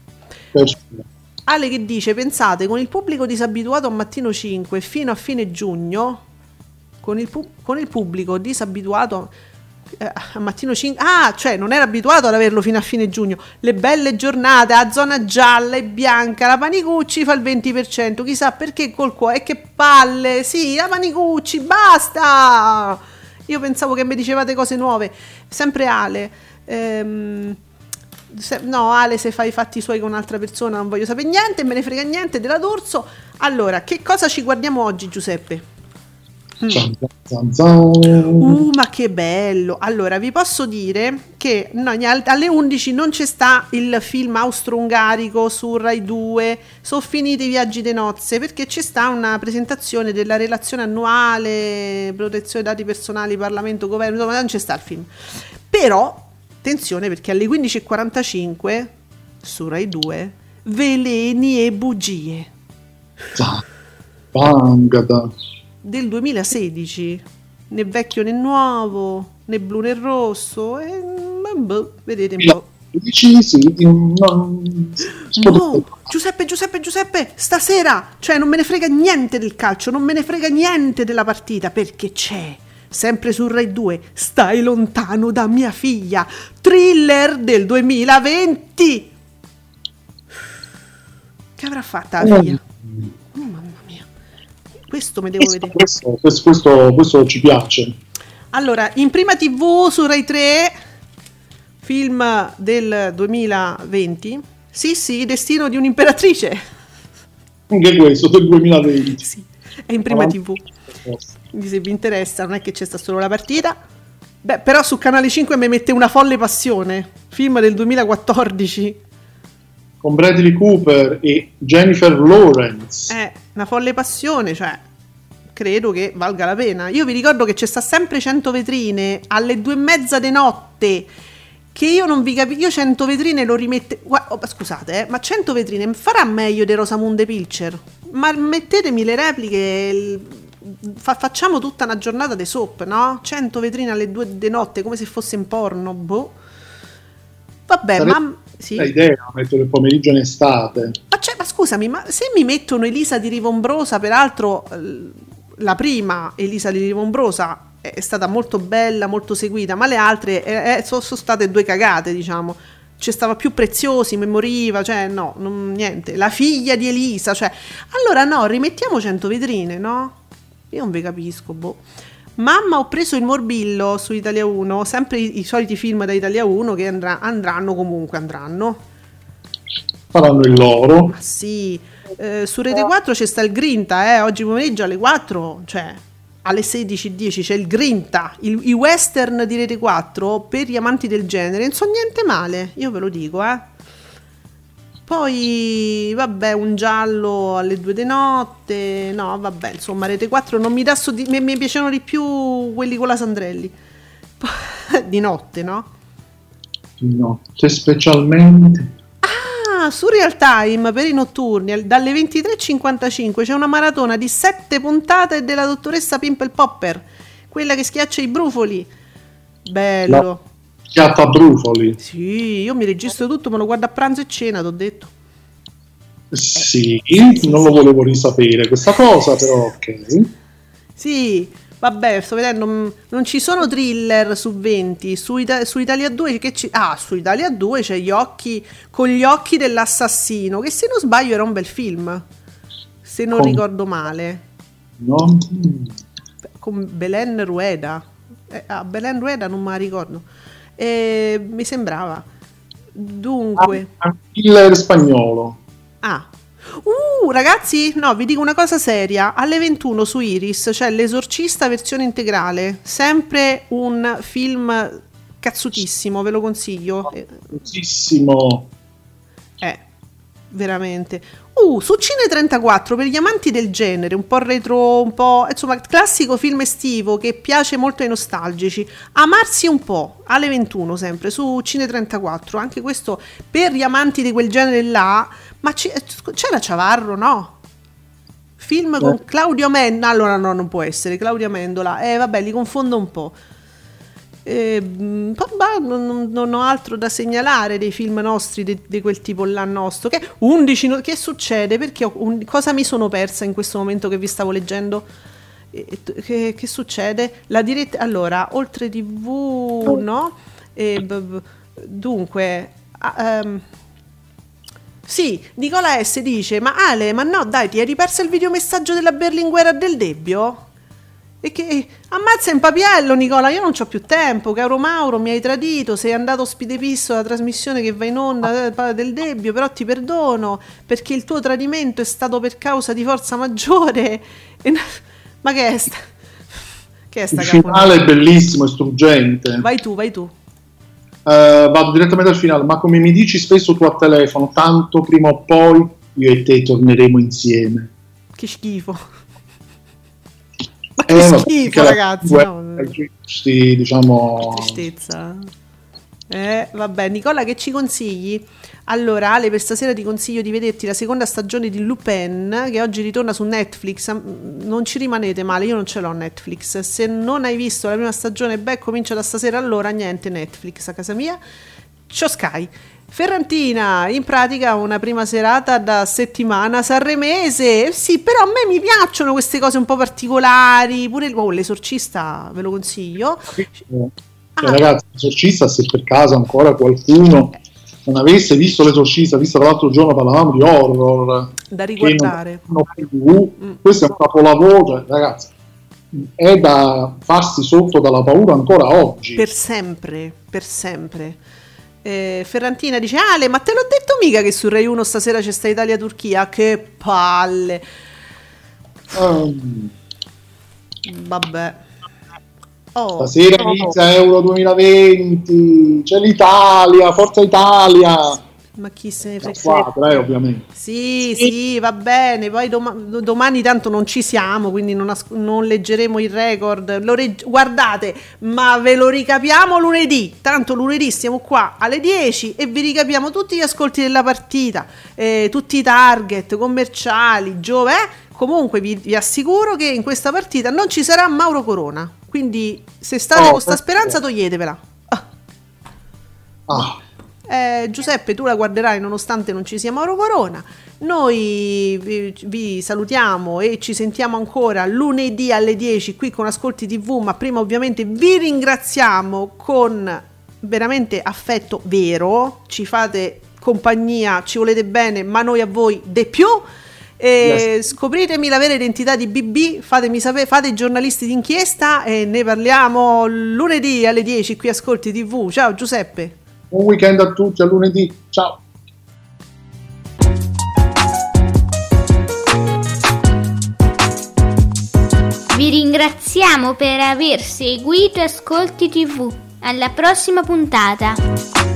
Ale che dice: pensate, con il pubblico disabituato a Mattino cinque fino a fine giugno, con il, pu- con il pubblico disabituato eh, a Mattino cinque, ah, cioè non era abituato ad averlo fino a fine giugno, le belle giornate a zona gialla e bianca, la Panicucci fa il venti per cento, chissà perché col cuore, e che palle, sì, la Panicucci, basta! Io pensavo che mi dicevate cose nuove, sempre Ale. Ehm... Se, no, Ale, se fai i fatti suoi con un'altra persona non voglio sapere niente, me ne frega niente della D'Urso. Allora, che cosa ci guardiamo oggi, Giuseppe? Mm. Zan, zan, zan. Uh, ma che bello! Allora, vi posso dire che no, alle undici non c'è sta il film austro-ungarico su Rai due, sono finiti i viaggi de nozze, perché c'è sta una presentazione della relazione annuale, protezione dei dati personali, Parlamento, Governo, insomma non c'è sta il film. Però attenzione, perché alle quindici e quarantacinque su Rai due Veleni e bugie Zan, Bangada. del duemilasedici, né vecchio né nuovo, né blu né rosso, e, boh, vedete un po'. Dici sì, non... No, Giuseppe, Giuseppe, Giuseppe, stasera, cioè non me ne frega niente del calcio, non me ne frega niente della partita, perché c'è sempre su Rai due Stai lontano da mia figlia, thriller del duemilaventi. Che avrà fatta la figlia? Oh, mamma mia, questo me devo questo, vedere. questo, questo, questo, questo ci piace. Allora, in prima tivù su Rai tre, film del duemilaventi. Sì, sì, Destino di un'imperatrice. Anche questo del duemilaventi. Sì, è in prima Ah. tivù. Quindi se vi interessa, non è che c'è sta solo la partita. Beh, però su Canale cinque mi mette Una folle passione, film del duemilaquattordici. Con Bradley Cooper e Jennifer Lawrence. È una folle passione, cioè credo che valga la pena. Io vi ricordo che c'è sta sempre cento vetrine alle due e mezza di notte, che io non vi capisco. Io cento vetrine lo rimette, Gua- oh, scusate, eh, ma cento vetrine farà meglio di Rosamunde Pilcher? Ma mettetemi le repliche, il- fa- facciamo tutta una giornata di soap, no? cento vetrine alle due di notte, come se fosse in porno, boh. Vabbè, Sarebbe ma sì. L'idea, mettere il pomeriggio in estate. Ma, cioè, ma scusami, ma se mi mettono Elisa di Rivombrosa, peraltro eh, la prima Elisa di Rivombrosa è stata molto bella, molto seguita, ma le altre eh, eh, sono, sono state due cagate, diciamo. C'è stava più Preziosi, mi moriva, cioè no, non, niente. La figlia di Elisa, cioè allora no, rimettiamo cento vetrine, no? Io non vi capisco, boh. Mamma, ho preso il morbillo su Italia uno, sempre i, i soliti film da Italia uno che andrà, andranno comunque, andranno. Faranno il loro. Ma sì, eh, su Rete quattro c'è sta il Grinta, eh, oggi pomeriggio alle quattro, cioè alle sedici e dieci c'è il Grinta, il, i western di Rete quattro per gli amanti del genere, non so niente male, io ve lo dico, eh. Poi vabbè, un giallo alle due di notte, no vabbè, insomma Rete quattro non mi dà soddisf- mi, mi piacciono di più quelli con la Sandrelli. Di notte, no? Di notte specialmente. Ah, su Real Time per i notturni dalle ventitré e cinquantacinque c'è una maratona di sette puntate della dottoressa Pimple Popper, quella che schiaccia i brufoli. Bello. La schiatta brufoli. Sì, io mi registro tutto, me lo guardo a pranzo e cena, t'ho detto. Sì, non lo volevo risapere questa cosa, però ok. Sì, vabbè, sto vedendo, mh, non ci sono thriller su venti, su, Ita- su Italia due che ci... Ah, su Italia due c'è gli occhi, con gli occhi dell'assassino, che se non sbaglio era un bel film, se non Con- ricordo male, No? con Belen Rueda. Eh, ah, Belen Rueda non me la ricordo. Eh, mi sembrava. Dunque... Ah, un killer spagnolo. Ah, uh, ragazzi, no, vi dico una cosa seria. Alle ventuno su Iris c'è L'Esorcista versione integrale. Sempre un film cazzutissimo, ve lo consiglio. Eh, Moltissimo. eh, veramente. Uh, su Cine trentaquattro per gli amanti del genere, un po' retro, un po', insomma, classico film estivo che piace molto ai nostalgici. Amarsi un po', alle ventuno sempre, su Cine trentaquattro. Anche questo per gli amanti di quel genere là. Ma c'è- c'era Ciavarro, no? Film con Eh. Claudio Mendola. Allora no, non può essere Claudia Mendola. Eh vabbè, li confondo un po'. Eh, mh, bah, non, non- non ho altro da segnalare dei film nostri di, di quel tipo là nostro. Che undici no- che succede? Perché ho un- cosa mi sono persa in questo momento che vi stavo leggendo? Eh, t- che, che succede? La diretta allora, oltre tivù, no? Eh, b- b- dunque, ah, ehm, sì, Nicola S dice: ma Ale, ma no, dai, ti hai riperso il videomessaggio della Berlinguer a Del Debbio? E che ammazza in papiello, Nicola, io non c'ho più tempo, caro Mauro, mi hai tradito, sei andato spidepisso alla trasmissione che va in onda eh, del Debbio, però ti perdono perché il tuo tradimento è stato per causa di forza maggiore. E n- ma che è sta? Che è sta Il caponata? finale è bellissimo, è struggente. Vai tu, vai tu. Eh, vado direttamente al finale, ma come mi dici spesso tu a telefono, tanto prima o poi io e te torneremo insieme. Che schifo. Ma che Eh, vabbè, schifo, che la- ragazzi, due- no? giusti, diciamo, Tristezza. Eh, vabbè, Nicola, che ci consigli? Allora, Ale, per stasera ti consiglio di vederti la seconda stagione di Lupin, che oggi ritorna su Netflix. Mm, Non ci rimanete male, io non ce l'ho Netflix. Se non hai visto la prima stagione, beh, comincia da stasera, allora niente Netflix a casa mia. C'ho Sky. Ferrantina, in pratica una prima serata da settimana sanremese. Sì, però a me mi piacciono queste cose un po' particolari. Pure il- oh, l'Esorcista ve lo consiglio. Cioè, Ah. ragazzi, l'esorcista, se per caso ancora qualcuno non avesse visto l'esorcista, visto che l'altro giorno parlavamo di horror Da che riguardare. non fanno più, Mm. questo è un capolavoro, ragazzi, è da farsi sotto dalla paura ancora oggi. Per sempre, per sempre. Eh, Ferrantina dice: Ale, ma te l'ho detto mica che su Rai uno stasera c'è sta Italia-Turchia? Che palle. Um, Vabbè. Oh, stasera oh. inizia Euro duemilaventi, c'è l'Italia, Forza Italia, Ma chi se ne la frega? squadra, eh, ovviamente. Sì, sì, va bene. Poi doma- domani tanto non ci siamo, quindi non, as- non leggeremo il record. Lo reg- guardate, ma ve lo ricapiamo lunedì. Tanto lunedì siamo qua alle dieci e vi ricapiamo tutti gli ascolti della partita, eh, tutti i target commerciali, Giove. eh? Comunque vi, vi assicuro che in questa partita non ci sarà Mauro Corona. Quindi se state Oh, con sta perfetto. speranza, toglietevela. Ah. Ah, Eh, Giuseppe, tu la guarderai nonostante non ci sia Mauro Corona. Noi vi, vi salutiamo e ci sentiamo ancora lunedì alle dieci qui con Ascolti tivù, ma prima ovviamente vi ringraziamo con veramente affetto vero, ci fate compagnia, ci volete bene, ma noi a voi de più. E scopritemi la vera identità di B B, fatemi sapere, fate i giornalisti d'inchiesta e ne parliamo lunedì alle dieci qui Ascolti tivù. Ciao Giuseppe. buon weekend a tutti, a lunedì, ciao. Vi ringraziamo per aver seguito Ascolti tivù. Alla prossima puntata.